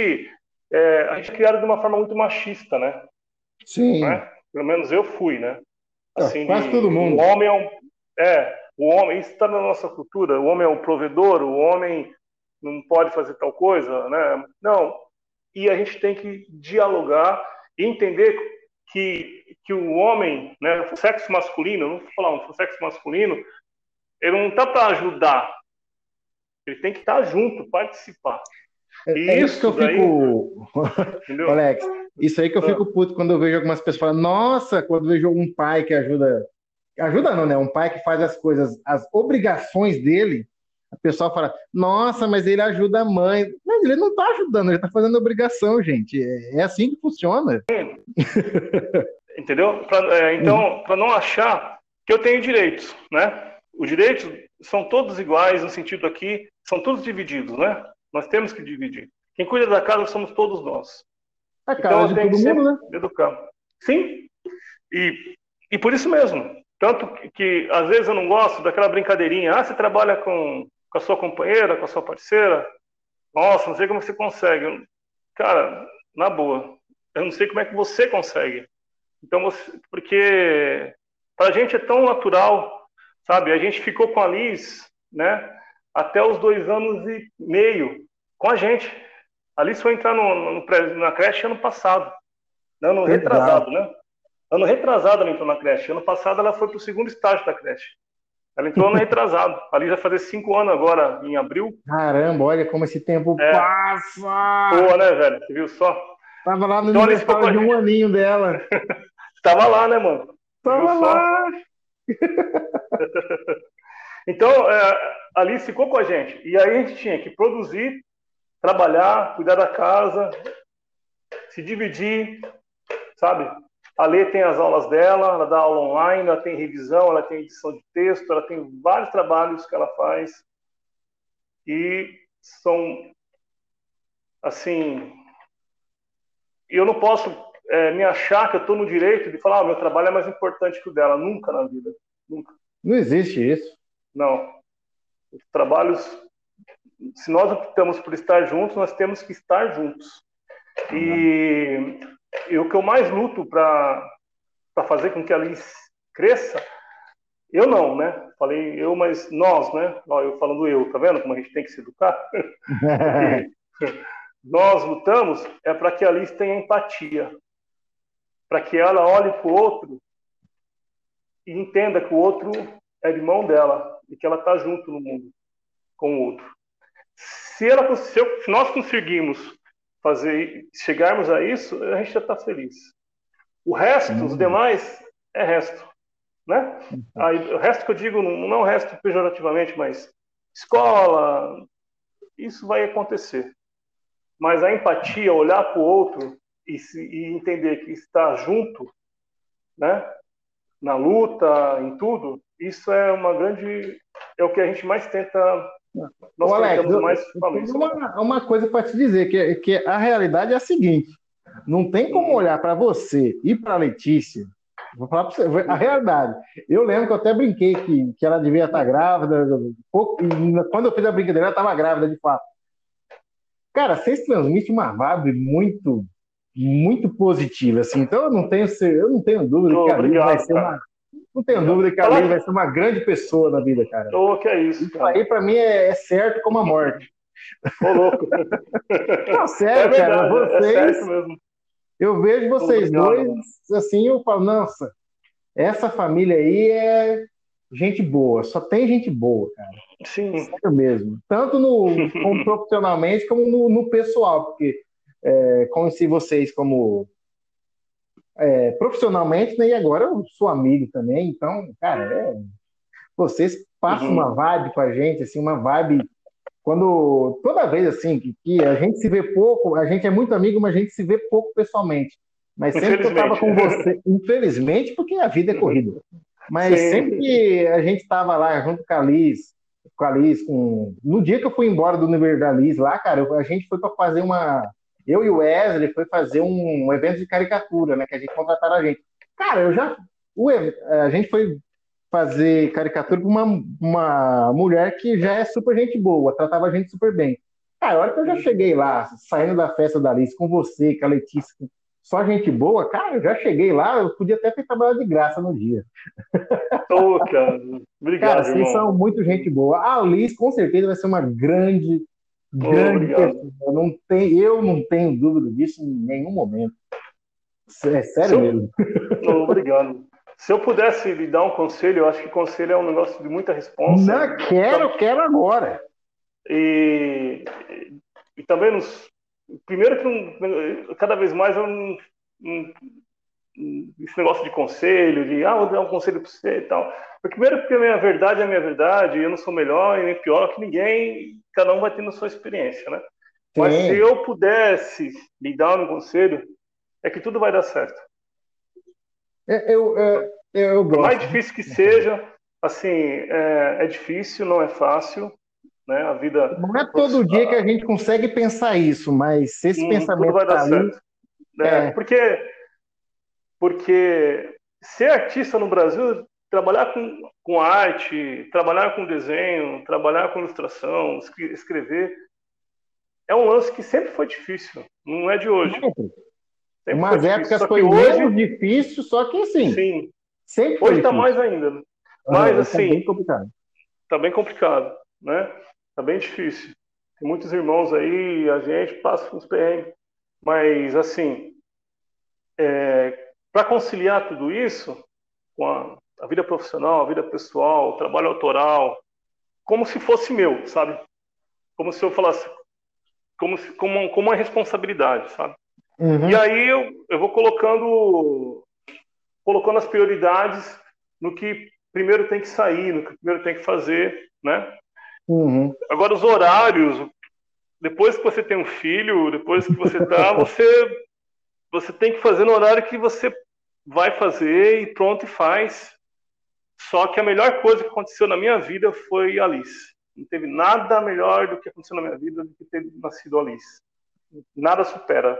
a gente é criado de uma forma muito machista, né? Sim. Né? Pelo menos eu fui, né? Assim, Quase todo o mundo. homem o homem, isso está na nossa cultura, o homem é o provedor, o homem não pode fazer tal coisa, né? Não. E a gente tem que dialogar e entender que o homem, né, o sexo masculino, não vou falar o sexo masculino, ele não está para ajudar, ele tem que estar junto, participar. É E isso que isso eu daí, fico, entendeu? Alex, isso aí que eu Ah, fico puto quando eu vejo algumas pessoas falando, nossa, quando eu vejo um pai que ajuda não, né? Um pai que faz as coisas, as obrigações dele, a pessoa fala, nossa, mas ele ajuda a mãe. Mas ele não tá ajudando, ele tá fazendo obrigação, gente. É assim que funciona. entendeu? Uhum. Então, para não achar que eu tenho direitos, né? Os direitos são todos iguais no sentido aqui, são todos divididos, né? Nós temos que dividir. Quem cuida da casa somos todos nós. A Então casa eu de tenho que todo mundo, sempre né? educar. Sim, e por isso mesmo. Tanto que às vezes eu não gosto daquela brincadeirinha. Ah, você trabalha com a sua companheira, com a sua parceira? Nossa, não sei como você consegue. Cara, na boa, eu não sei como é que você consegue. Então, porque para a gente é tão natural, sabe? A gente ficou com a Liz, né? Até os 2 anos e meio com a gente. A Liz foi entrar na creche ano passado. Ano Legal. retrasado, né? Ano retrasado ela entrou na creche. Ano passado ela foi para o segundo estágio da creche. Ela entrou ano retrasado. A Liz vai fazer 5 anos agora, em abril. Caramba, olha como esse tempo É, passa! boa, né, velho? Você viu só? Tava lá no Então a Liz ficou com aniversário a de um gente. aninho dela. Tava lá, né, mano? Você viu Tava só? lá. Então, a Alice ficou com a gente. E aí a gente tinha que produzir, trabalhar, cuidar da casa, se dividir, sabe? A Lê tem as aulas dela, ela dá aula online, ela tem revisão, ela tem edição de texto, ela tem vários trabalhos que ela faz. E são, assim, eu não posso me achar que eu estou no direito de falar, meu trabalho é mais importante que o dela. Nunca na vida. Nunca. Não existe isso. Não. Os trabalhos, se nós optamos por estar juntos, nós temos que estar juntos. E o que eu mais luto para fazer com que a Liz cresça, eu não, né? Falei eu, mas nós, né? Eu falando eu, tá vendo como a gente tem que se educar? Porque nós lutamos para que a Liz tenha empatia, para que ela olhe para o outro e entenda que o outro é irmão dela e que ela está junto no mundo com o outro. Se nós conseguirmos chegarmos a isso, a gente já está feliz. O resto, os demais, é resto, né? Aí, o resto que eu digo, não é o resto pejorativamente, mas escola, isso vai acontecer. Mas a empatia, olhar para o outro e entender que está junto, né? Na luta, em tudo, isso é é o que a gente mais tenta. Nós Ô, Alex, tentamos mais eu fazer tenho isso. uma coisa para te dizer, que a realidade é a seguinte: não tem como olhar para você e para a Letícia. Vou falar para você, a realidade. Eu lembro que eu até brinquei que ela devia estar grávida. Quando eu fiz a brincadeira, ela estava grávida de fato. Cara, vocês transmitem uma vibe muito, muito positiva, assim. Então eu não tenho dúvida que a Liz vai Obrigado, ser cara. uma. Não tenho Obrigado. dúvida que a Liz vai ser uma grande pessoa na vida, cara. Que é isso, Isso cara. aí, para mim, é certo como a morte. Ô, louco. Não, sério, É cara, verdade, é vocês, certo mesmo. eu vejo vocês Obrigado, dois, mano. assim, eu falo, nossa, essa família aí é gente boa, só tem gente boa, cara, Sim. sério mesmo, tanto como profissionalmente, como no pessoal, porque conheci vocês como profissionalmente, né, e agora eu sou amigo também, então, cara, vocês passam uma vibe com a gente, assim, uma vibe. Toda vez assim que a gente se vê pouco, a gente é muito amigo, mas a gente se vê pouco pessoalmente. Mas sempre que eu estava Infelizmente. com você, infelizmente, porque a vida é corrida. Mas sempre Sim. que a gente estava lá junto com a Liz, no dia que eu fui embora do universo da Liz lá, cara, a gente foi para fazer eu e o Wesley foi fazer um evento de caricatura, né? Que a gente contrataram a gente. Cara, a gente foi fazer caricatura para uma mulher que já é super gente boa, tratava a gente super bem. Cara, a hora que eu já cheguei lá, saindo da festa da Alice com você, com a Letícia, só gente boa, cara, eu já cheguei lá, eu podia até ter trabalhado de graça no dia. Cara. Cara, Obrigado, vocês são irmão. muito gente boa. A Alice, com certeza, vai ser uma grande, grande Obrigado. pessoa. Eu não tenho dúvida disso em nenhum momento. É sério mesmo. Obrigado. Se eu pudesse lhe dar um conselho, eu acho que conselho é um negócio de muita responsa. Não, quero agora. E também primeiro que cada vez mais eu esse negócio de conselho, vou dar um conselho para você e tal. Primeiro porque a minha verdade é a minha verdade, eu não sou melhor e nem pior que ninguém, cada um vai tendo a sua experiência, né? Sim. Mas se eu pudesse lhe dar um conselho, é que tudo vai dar certo. Eu gosto. Por mais difícil que seja, assim, é difícil, não é fácil, né? A vida. Não é todo dia que a gente consegue pensar isso, mas se esse pensamento tudo vai dar tá ali, certo. Porque ser artista no Brasil, trabalhar com arte, trabalhar com desenho, trabalhar com ilustração, escrever, é um lance que sempre foi difícil, não é de hoje. Sempre Umas foi difícil. épocas Só que foi hoje, menos difícil, só que assim, sim, sempre foi hoje está difícil. mais ainda, né? Mas Tá bem assim, complicado. tá bem complicado, né? Tá bem difícil. Tem muitos irmãos aí, a gente passa uns perrengues. Mas assim, para conciliar tudo isso com a vida profissional, a vida pessoal, o trabalho autoral, como se fosse meu, sabe? Como se eu falasse, como uma responsabilidade, sabe? E Uhum, aí eu vou colocando as prioridades no que primeiro tem que sair, no que primeiro tem que fazer, né? uhum. Agora os horários, depois que você tem um filho, depois que você tem que fazer no horário que você vai fazer e pronto e faz. Só que a melhor coisa que aconteceu na minha vida foi a Alice. Não teve nada melhor do que aconteceu na minha vida do que ter nascido a Alice. Nada supera.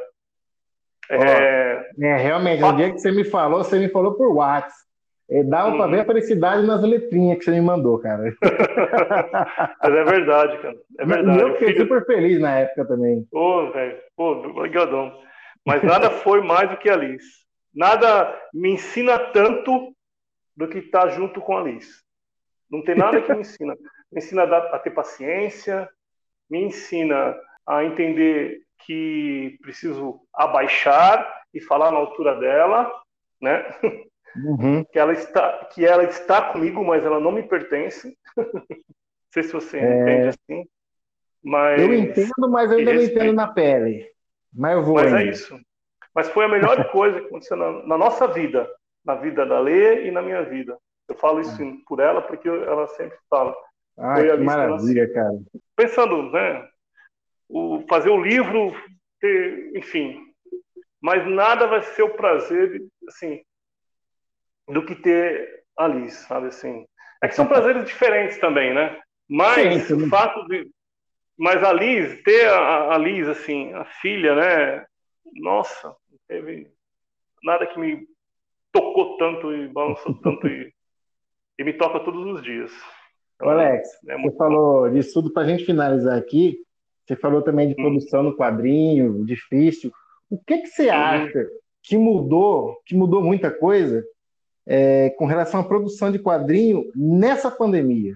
Ó, É, realmente, no dia fato. que você me falou por WhatsApp. Dava pra ver a Uhum. felicidade nas letrinhas que você me mandou, cara. Mas é verdade, cara. É E verdade. eu O fiquei filho. super feliz na época também. Ô, velho. Pô, obrigadão. Mas nada foi mais do que a Alice. Nada me ensina tanto do que estar junto com a Alice. Não tem nada que me ensina. Me ensina a ter paciência, me ensina a entender que preciso abaixar e falar na altura dela, né? Uhum. Que ela está comigo, mas ela não me pertence. Não sei se você entende assim, Eu mas entendo, mas eu e ainda não entendo respeito. na pele. Mas eu vou Mas é ainda. isso. Mas foi a melhor coisa que aconteceu na nossa vida, na vida da Lê e na minha vida. Eu falo isso por ela porque ela sempre fala. Ah, Foi que ali que eu maravilha, nasci. cara. Pensando, né? Fazer o livro, enfim. Mas nada vai ser o prazer, assim, do que ter ali, sabe assim. É que são prazeres diferentes também, né? Mas Sempre, o né? fato de, mas a Liz ter a Liz assim, a filha, né? Nossa, não teve nada que me tocou tanto e balançou tanto e me toca todos os dias. Ô, Então, Alex, é você muito bom. falou disso tudo para a gente finalizar aqui. Você falou também de Hum, produção no quadrinho, difícil. O que que você uhum. acha que mudou muita coisa com relação à produção de quadrinho nessa pandemia?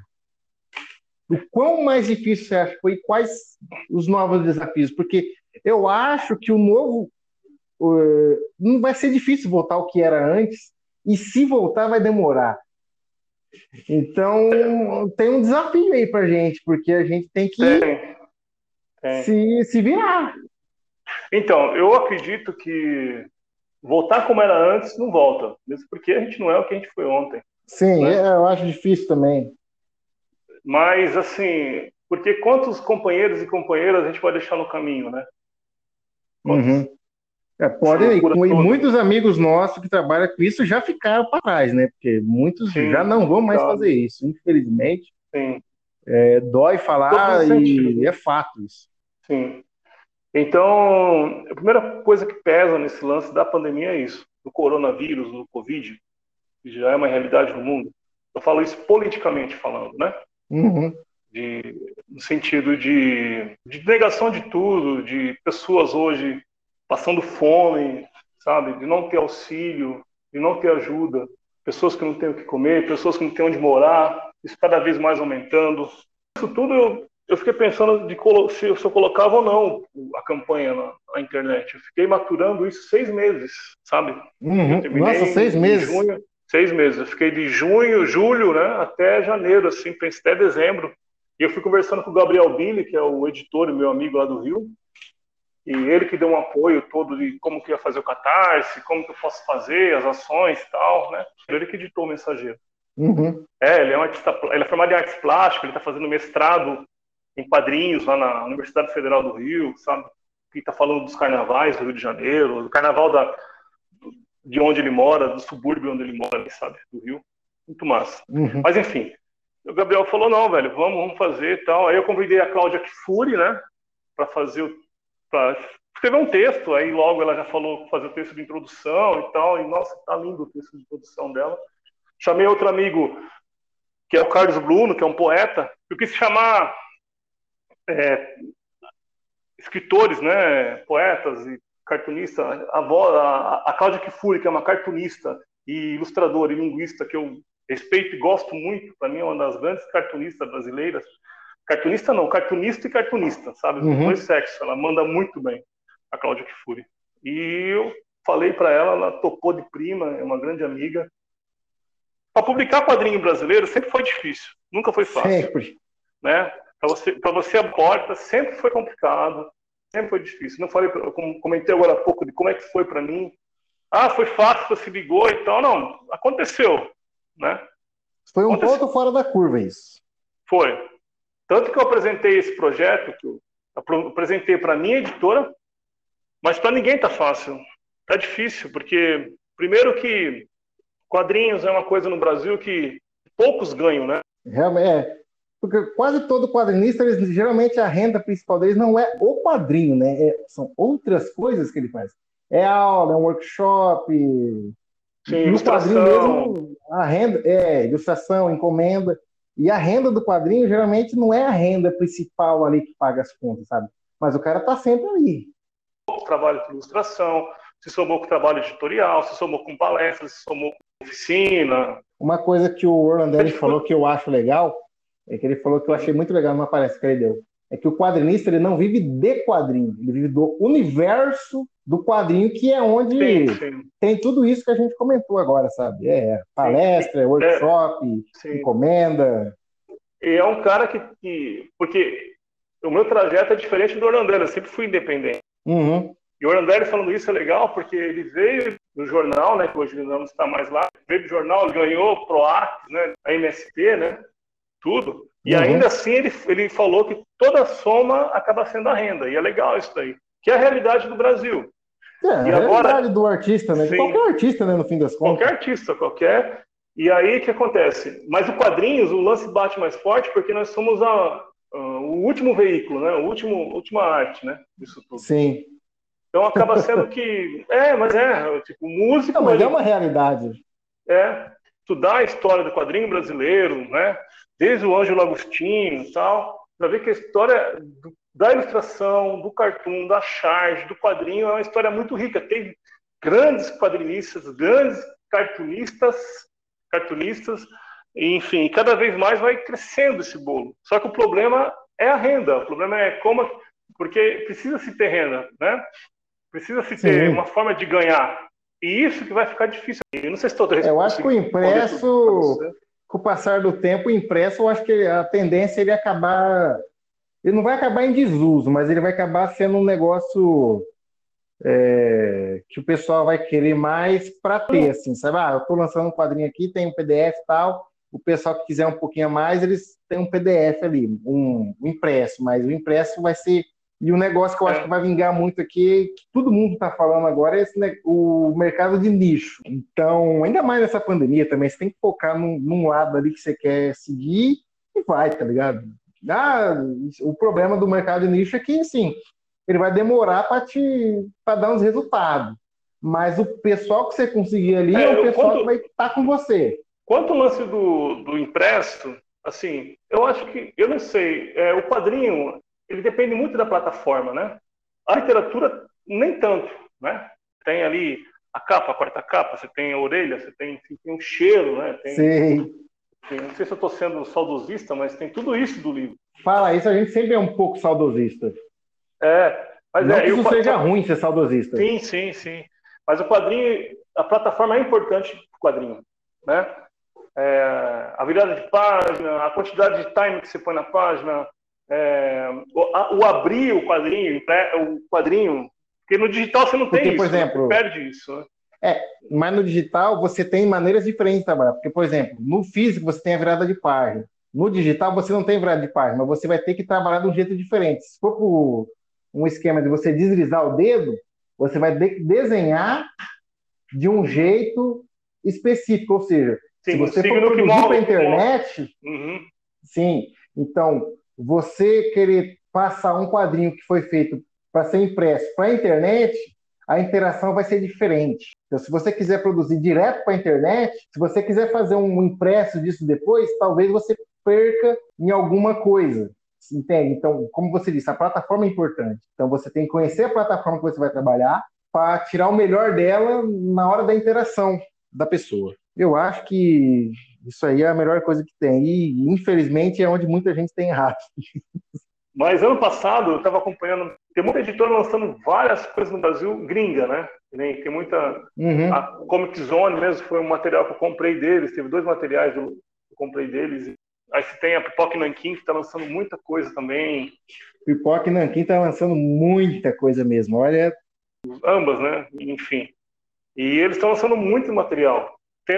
O quão mais difícil você acha que foi e quais os novos desafios? Porque eu acho que o novo não vai ser difícil voltar ao que era antes, e se voltar vai demorar. Então tem um desafio aí pra gente, porque a gente tem que Tem, tem. se virar. Então, eu acredito que voltar como era antes não volta, mesmo porque a gente não é o que a gente foi ontem, Sim, né? eu acho difícil também. Mas assim, porque quantos companheiros e companheiras a gente vai deixar no caminho, né? Uhum. Quantos essa Pode, loucura e toda? muitos amigos nossos que trabalham com isso já ficaram para trás, né? Porque muitos já Sim, não vão mais complicado. fazer isso, infelizmente. Sim, Dói todos os falar e é sentidos. fato isso. Sim. Então, a primeira coisa que pesa nesse lance da pandemia é isso, do coronavírus, do Covid, que já é uma realidade no mundo. Eu falo isso politicamente falando, né? Uhum. No sentido de negação de tudo, de pessoas hoje passando fome, sabe? De não ter auxílio, de não ter ajuda, pessoas que não têm o que comer, pessoas que não têm onde morar, isso cada vez mais aumentando. Isso tudo eu fiquei pensando se eu colocava ou não a campanha na internet. Eu fiquei maturando isso 6 meses, sabe? Eu Uhum. Nossa, terminei seis em meses. junho, 6 meses. Eu fiquei de junho, julho, né, até janeiro, assim, pensei até dezembro. E eu fui conversando com o Gabriel Billy, que é o editor e meu amigo lá do Rio, e ele que deu um apoio todo de como que ia fazer o Catarse, como que eu posso fazer, as ações e tal, né? Ele que editou o Mensageiro. Uhum. Ele é um artista, ele é formado em artes plásticas, ele está fazendo mestrado em quadrinhos lá na Universidade Federal do Rio, sabe? Que está falando dos carnavais do Rio de Janeiro, do carnaval de onde ele mora, do subúrbio onde ele mora, sabe? Do Rio. Muito massa. Uhum. Mas enfim, o Gabriel falou, não, velho, vamos fazer e tal. Aí eu convidei a Cláudia Kfouri, né? Para escrever um texto. Aí logo ela já falou fazer o texto de introdução e tal. E nossa, tá lindo o texto de introdução dela. Chamei outro amigo, que é o Carlos Bruno, que é um poeta. Eu quis chamar escritores, né? Poetas e cartunista, a Cláudia Kifuri, que é uma cartunista e ilustradora e linguista que eu respeito e gosto muito, para mim é uma das grandes cartunistas brasileiras. Cartunista não, cartunista e cartunista, sabe? Os dois sexos, ela manda muito bem, a Cláudia Kifuri. E eu falei para ela, ela topou de prima, é uma grande amiga. Para publicar quadrinho brasileiro sempre foi difícil, nunca foi fácil. Sempre. Né? Para você a porta sempre foi complicado, sempre foi difícil. Não falei, eu comentei agora há pouco de como é que foi para mim. Ah, foi fácil, você se ligou e tal. Não, aconteceu, né? Foi um ponto fora da curva isso. Foi. Tanto que eu apresentei esse projeto, que eu apresentei para minha editora, mas para ninguém tá fácil. Tá difícil, porque primeiro que quadrinhos é uma coisa no Brasil que poucos ganham, né? Realmente, porque quase todo quadrinista, geralmente a renda principal deles não é o quadrinho, né? São outras coisas que ele faz. É aula, é um workshop. Sim, ilustração. Mesmo, a renda ilustração, encomenda. E a renda do quadrinho geralmente não é a renda principal ali que paga as contas, sabe? Mas o cara tá sempre ali. Trabalho com ilustração, se somou com trabalho editorial, se somou com palestras, se somou com oficina. Uma coisa que o Orlandelli falou que eu acho legal, é que ele falou que eu achei muito legal numa palestra que ele deu, é que o quadrinista ele não vive de quadrinho, ele vive do universo do quadrinho, que é onde tem tudo isso que a gente comentou agora, sabe? Palestra, workshop, encomenda. E é um cara porque o meu trajeto é diferente do Orlandelli, eu sempre fui independente. Uhum. E o Orlandelli falando isso é legal, porque ele veio do jornal, né, que hoje ele não está mais lá, veio do jornal, ele ganhou o PROAC, né, a MSP, né, tudo. E ainda assim ele falou que toda soma acaba sendo a renda, e é legal isso daí, que é a realidade do Brasil. E a realidade do artista, né? De qualquer artista, né, no fim das contas. Qualquer artista, qualquer. E aí o que acontece? Mas o quadrinhos, o lance bate mais forte porque nós somos o último veículo, né? Última arte, né? Disso tudo. Sim. Então acaba sendo que. Tipo, músico. Não, mas é uma realidade. Estudar a história do quadrinho brasileiro, né? Desde o Ângelo Agostinho e tal, para ver que a história da ilustração, do cartoon, da charge, do quadrinho é uma história muito rica. Tem grandes quadrinistas, grandes cartunistas, enfim, cada vez mais vai crescendo esse bolo. Só que o problema é a renda, o problema é como, porque precisa-se ter renda, né? Precisa-se ter uma forma de ganhar. E isso que vai ficar difícil. Eu não sei se estou eu acho que o impresso, com o passar do tempo, o impresso, eu acho que a tendência é ele acabar... Ele não vai acabar em desuso, mas ele vai acabar sendo um negócio que o pessoal vai querer mais para ter, assim, sabe? Eu estou lançando um quadrinho aqui, tem um PDF e tal, o pessoal que quiser um pouquinho a mais, eles têm um PDF ali, um impresso, mas o impresso vai ser... E o negócio que eu acho que vai vingar muito aqui, que todo mundo está falando agora, é o mercado de nicho. Então, ainda mais nessa pandemia também, você tem que focar num lado ali que você quer seguir e vai, tá ligado? O problema do mercado de nicho é que, assim, ele vai demorar para dar uns resultados. Mas o pessoal que você conseguir ali é o pessoal que vai estar com você. Quanto ao lance do impresso, assim, eu acho que, eu não sei, o quadrinho, ele depende muito da plataforma, né? A literatura, nem tanto, né? Tem ali a capa, a quarta capa, você tem a orelha, você tem um cheiro, né? Sim. Não sei se eu estou sendo saudosista, mas tem tudo isso do livro. Fala isso, a gente sempre é um pouco saudosista. Mas não que isso seja ruim ser saudosista. Sim. Mas o quadrinho, a plataforma é importante para o quadrinho, né? A virada de página, a quantidade de time que você põe na página, o abrir o quadrinho, porque no digital você não tem isso, por exemplo, você perde isso, né? Mas no digital você tem maneiras diferentes de trabalhar, porque, por exemplo, no físico você tem a virada de página, no digital você não tem virada de página, mas você vai ter que trabalhar de um jeito diferente. Se for por um esquema de você deslizar o dedo, você vai ter que desenhar de um jeito específico, ou seja, se você for produzir para a internet, sim, então você querer passar um quadrinho que foi feito para ser impresso para a internet, a interação vai ser diferente. Então, se você quiser produzir direto para a internet, se você quiser fazer um impresso disso depois, talvez você perca em alguma coisa. Entende? Então, como você disse, a plataforma é importante. Então, você tem que conhecer a plataforma que você vai trabalhar, para tirar o melhor dela na hora da interação da pessoa. Eu acho que isso aí é a melhor coisa que tem. E, infelizmente, é onde muita gente tem errado. Mas ano passado eu estava acompanhando, tem muita editora lançando várias coisas no Brasil, gringa, né? Tem muita. A Comic Zone mesmo foi um material que eu comprei deles, teve 2 materiais que eu comprei deles. Aí você tem a Pipoca Nanquim, que está lançando muita coisa também. Pipoca Nanquim está lançando muita coisa mesmo, olha. Ambas, né? Enfim. E eles estão lançando muito material. Tem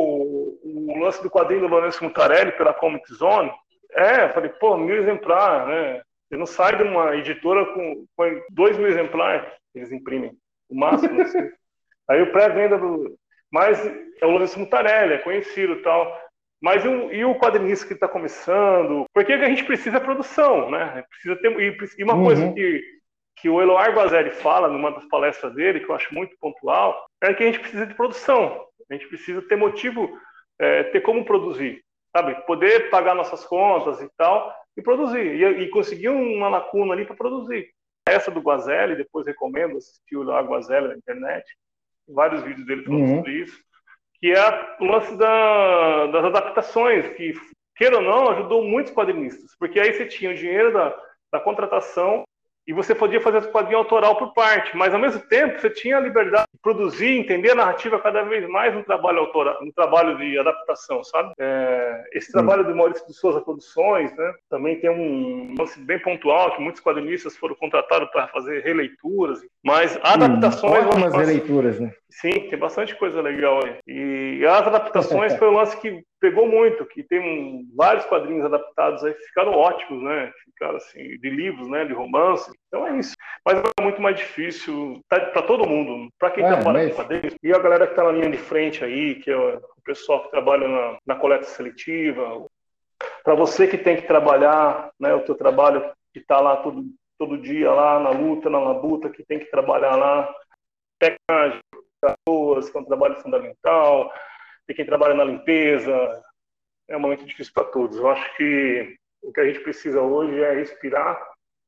o lance do quadrinho do Lourenço Mutarelli pela Comic Zone. Eu falei, pô, 1.000 exemplares, né? Você não sai de uma editora com 2.000 exemplares, eles imprimem, o máximo. Assim. Aí o pré-venda do. Mas é o Lourenço Mutarelli, é conhecido e tal. Mas e o quadrinista que está começando? Porque a gente precisa de produção, né? Precisa ter, e uma coisa que o Eloy Guazelli fala numa das palestras dele, que eu acho muito pontual, é que a gente precisa de produção. A gente precisa ter motivo, ter como produzir, sabe? Poder pagar nossas contas e tal, e produzir. E conseguir uma lacuna ali para produzir. Essa do Guazelli, depois recomendo assistir o Eloy Guazelli na internet. Vários vídeos dele falando sobre isso. Que é o lance das adaptações, que, queira ou não, ajudou muitos quadrinistas. Porque aí você tinha o dinheiro da contratação e você podia fazer o quadrinho autoral por parte, mas ao mesmo tempo você tinha a liberdade de produzir, entender a narrativa cada vez mais no trabalho autoral, no trabalho de adaptação, sabe? Esse trabalho de Maurício de Souza Produções, né? Também tem um lance bem pontual, que muitos quadrinistas foram contratados para fazer releituras, mas adaptações... Ótimas releituras, né? Sim, tem bastante coisa legal aí. E as adaptações foi um lance que pegou muito, que tem vários quadrinhos adaptados aí que ficaram ótimos, né? Ficaram assim, de livros, né? De romance. Então é isso. Mas é muito mais difícil para todo mundo, para quem trabalha com quadrinhos. E a galera que está na linha de frente aí, que é o pessoal que trabalha na coleta seletiva. Para você que tem que trabalhar, né? O teu trabalho que está lá todo dia, lá na luta, na labuta, que tem que trabalhar lá. Tecnagem, pessoas, que é um trabalho fundamental, tem quem trabalha na limpeza, é um momento difícil para todos. Eu acho que o que a gente precisa hoje é respirar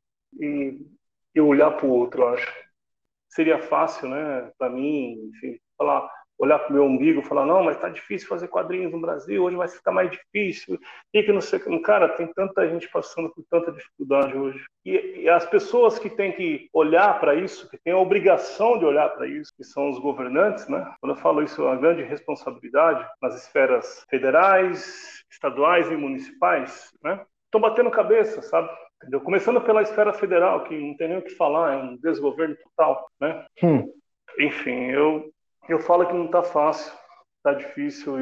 e olhar para o outro, eu acho. Seria fácil, né, para mim, enfim, olhar para o meu umbigo e falar, não, mas está difícil fazer quadrinhos no Brasil, hoje vai ficar mais difícil, e que não sei, cara, tem tanta gente passando por tanta dificuldade hoje. E as pessoas que têm que olhar para isso, que têm a obrigação de olhar para isso, que são os governantes, né? Quando eu falo isso, é uma grande responsabilidade nas esferas federais, estaduais e municipais, né? Estão batendo cabeça, sabe? Entendeu? Começando pela esfera federal, que não tem nem o que falar, é um desgoverno total, né? Enfim, eu falo que não está fácil, está difícil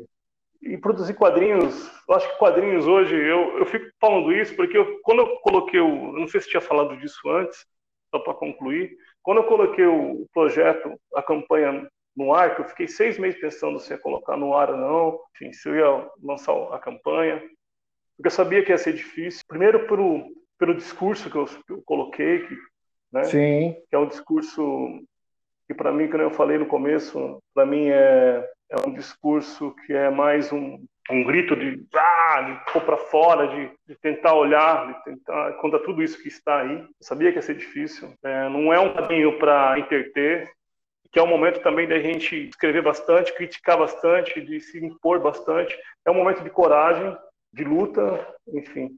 e produzir quadrinhos, eu acho que quadrinhos hoje, eu fico falando isso porque quando eu coloquei eu não sei se tinha falado disso antes, só para concluir, quando eu coloquei o projeto, a campanha no ar, que eu fiquei 6 meses pensando se ia colocar no ar ou não, enfim, se eu ia lançar a campanha, porque eu sabia que ia ser difícil, primeiro pelo discurso que eu coloquei, né? Sim. Que é um discurso que para mim, como eu falei no começo, para mim é um discurso que é mais um grito de pôr para fora, de tentar olhar, de tentar contra tudo isso que está aí. Eu sabia que ia ser difícil. Não é um caminho para entreter, que é um momento também da gente escrever bastante, criticar bastante, de se impor bastante. É um momento de coragem, de luta, enfim.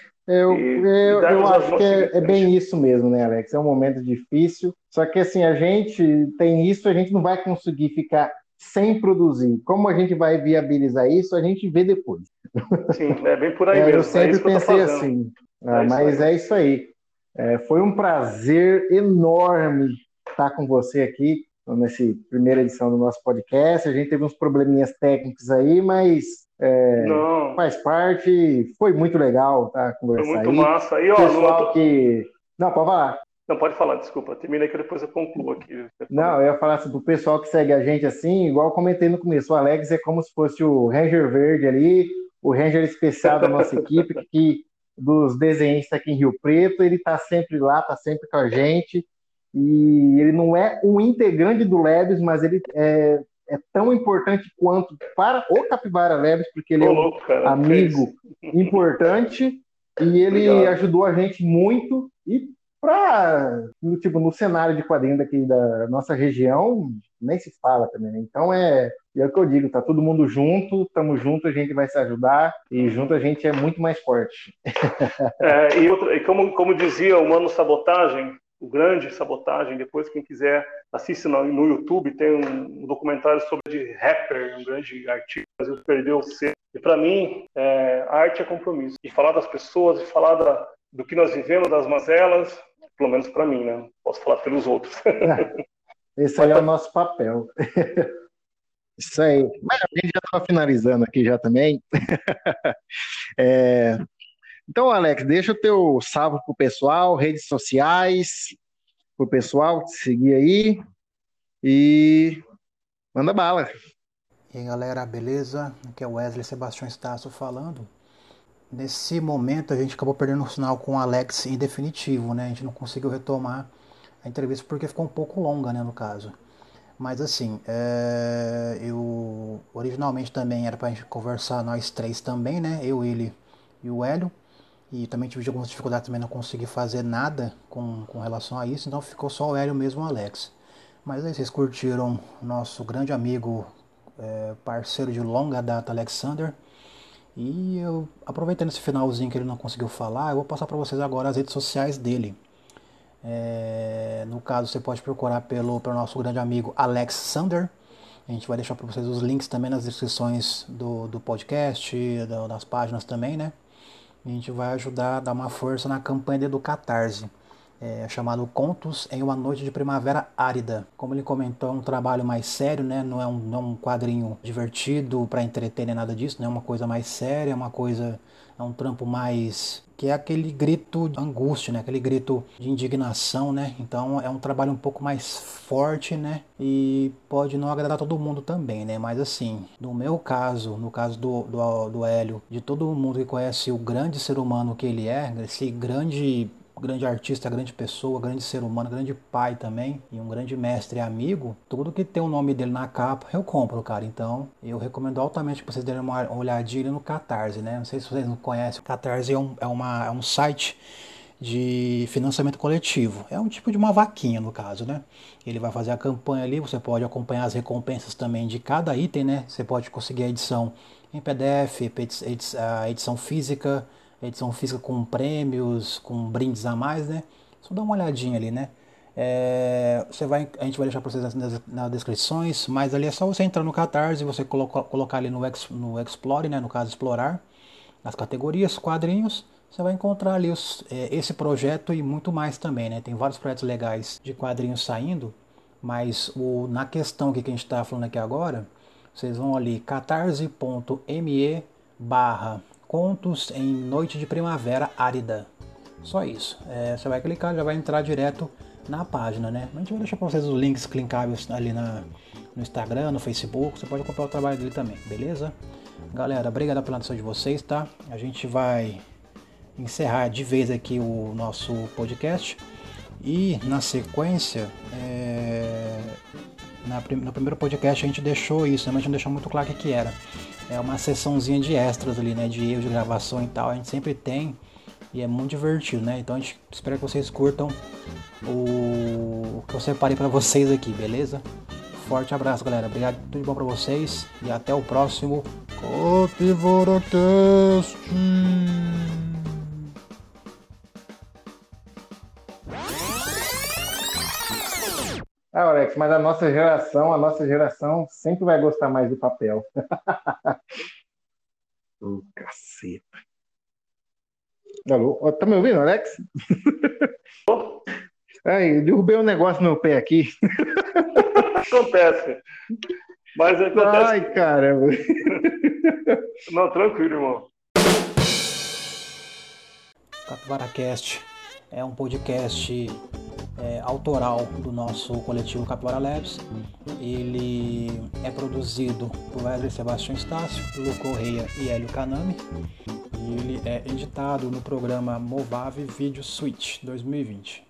Eu acho que é bem isso mesmo, né, Alex? É um momento difícil, só que assim, a gente tem isso, a gente não vai conseguir ficar sem produzir. Como a gente vai viabilizar isso, a gente vê depois. Sim, é bem por aí mesmo. Eu sempre pensei assim, mas é isso aí. Foi um prazer enorme estar com você aqui nessa primeira edição do nosso podcast. A gente teve uns probleminhas técnicos aí, mas faz parte. Foi muito legal conversar. Foi muito massa. E, pessoal que... Não, pode falar. Não, pode falar, desculpa. Termina que depois eu concluo aqui. Não, eu ia falar assim, do pessoal que segue a gente assim, igual eu comentei no começo, o Alex é como se fosse o Ranger Verde ali, o Ranger especial da nossa equipe, que dos desenhistas aqui em Rio Preto, ele tá sempre lá, tá sempre com a gente, e ele não é um integrante do Labs, mas ele é tão importante quanto para o Capivara Labs, porque ele é um amigo importante, e ele ajudou a gente muito, e No cenário de quadrinho daqui da nossa região, nem se fala também, né? Então é o que eu digo, tá todo mundo junto, estamos juntos, a gente vai se ajudar e junto a gente é muito mais forte. E como dizia o Mano Sabotagem, o grande Sabotagem, depois quem quiser assiste no YouTube, tem um documentário sobre de rapper, um grande artista, mas perdeu o ser. E para mim, arte é compromisso. E falar das pessoas, e falar do que nós vivemos, das mazelas, pelo menos para mim, né? Posso falar pelos outros. Esse aí é o nosso papel. Isso aí. Mas a gente já estava finalizando aqui já também. Então, Alex, deixa o teu salve pro pessoal, redes sociais, pro pessoal te seguir aí e manda bala. E aí galera, beleza? Aqui é o Wesley Sebastião Estácio falando. Nesse momento a gente acabou perdendo o sinal com o Alex em definitivo, né? A gente não conseguiu retomar a entrevista porque ficou um pouco longa, né, no caso. Mas assim, eu originalmente também era pra gente conversar nós três também, né? Eu, ele e o Hélio. E também tive algumas dificuldades, também não consegui fazer nada com relação a isso, então ficou só o Hélio mesmo, o Alex. Mas aí vocês curtiram nosso grande amigo, parceiro de longa data, Alexander. E eu, aproveitando esse finalzinho que ele não conseguiu falar, eu vou passar para vocês agora as redes sociais dele. No caso, você pode procurar pelo nosso grande amigo Alex Sander. A gente vai deixar para vocês os links também nas descrições do podcast, das páginas também, né? A gente vai ajudar a dar uma força na campanha dele do Catarse, chamado Contos em uma Noite de Primavera Árida. Como ele comentou, é um trabalho mais sério, né? Não é um quadrinho divertido para entreter nem nada disso, não é uma coisa mais séria, é um trampo mais... que é aquele grito de angústia, né? Aquele grito de indignação, né? Então é um trabalho um pouco mais forte, né? E pode não agradar todo mundo também, né? Mas assim, no meu caso, no caso do Hélio, de todo mundo que conhece o grande ser humano que ele é, esse grande artista, grande pessoa, grande ser humano, grande pai também, e um grande mestre e amigo, tudo que tem o nome dele na capa, eu compro, cara. Então, eu recomendo altamente que vocês derem uma olhadinha no Catarse, né? Não sei se vocês não conhecem. O Catarse é um site de financiamento coletivo. É um tipo de uma vaquinha, no caso, né? Ele vai fazer a campanha ali, você pode acompanhar as recompensas também de cada item, né? Você pode conseguir a edição em PDF, a edição física com prêmios, com brindes a mais, né? Só dá uma olhadinha ali, né? A gente vai deixar para vocês nas descrições, mas ali é só você entrar no Catarse e você colocar ali no Explore, né? No caso, explorar, nas categorias, quadrinhos, você vai encontrar ali esse projeto e muito mais também, né? Tem vários projetos legais de quadrinhos saindo, mas na questão que a gente está falando aqui agora, vocês vão ali catarse.me/Contos em Noite de Primavera Árida. Só isso. Você vai clicar, já vai entrar direto na página, né? A gente vai deixar para vocês os links clicáveis ali no Instagram, no Facebook. Você pode acompanhar o trabalho dele também, beleza? Galera, obrigado pela atenção de vocês, tá? A gente vai encerrar de vez aqui o nosso podcast. E na sequência, no primeiro podcast a gente deixou isso, né? Mas a gente não deixou muito claro o que era. É uma sessãozinha de extras ali, né? De erro de gravação e tal. A gente sempre tem. E é muito divertido, né? Então a gente espera que vocês curtam o que eu separei pra vocês aqui, beleza? Forte abraço, galera. Obrigado, tudo de bom pra vocês. E até o próximo CapiVaraCast. Alex, mas a nossa geração sempre vai gostar mais do papel. Ô, caceta. Alô, tá me ouvindo, Alex? Ai, derrubei um negócio no meu pé aqui. Acontece. Mas acontece. Ai, caramba. Não, tranquilo, irmão. CapiVaraCast é um podcast autoral do nosso coletivo Capivara Labs. Ele é produzido por Wesley Sebastião Estácio, Lu Correia e Hélio Kanami. E ele é editado no programa Movave Video Suite 2020.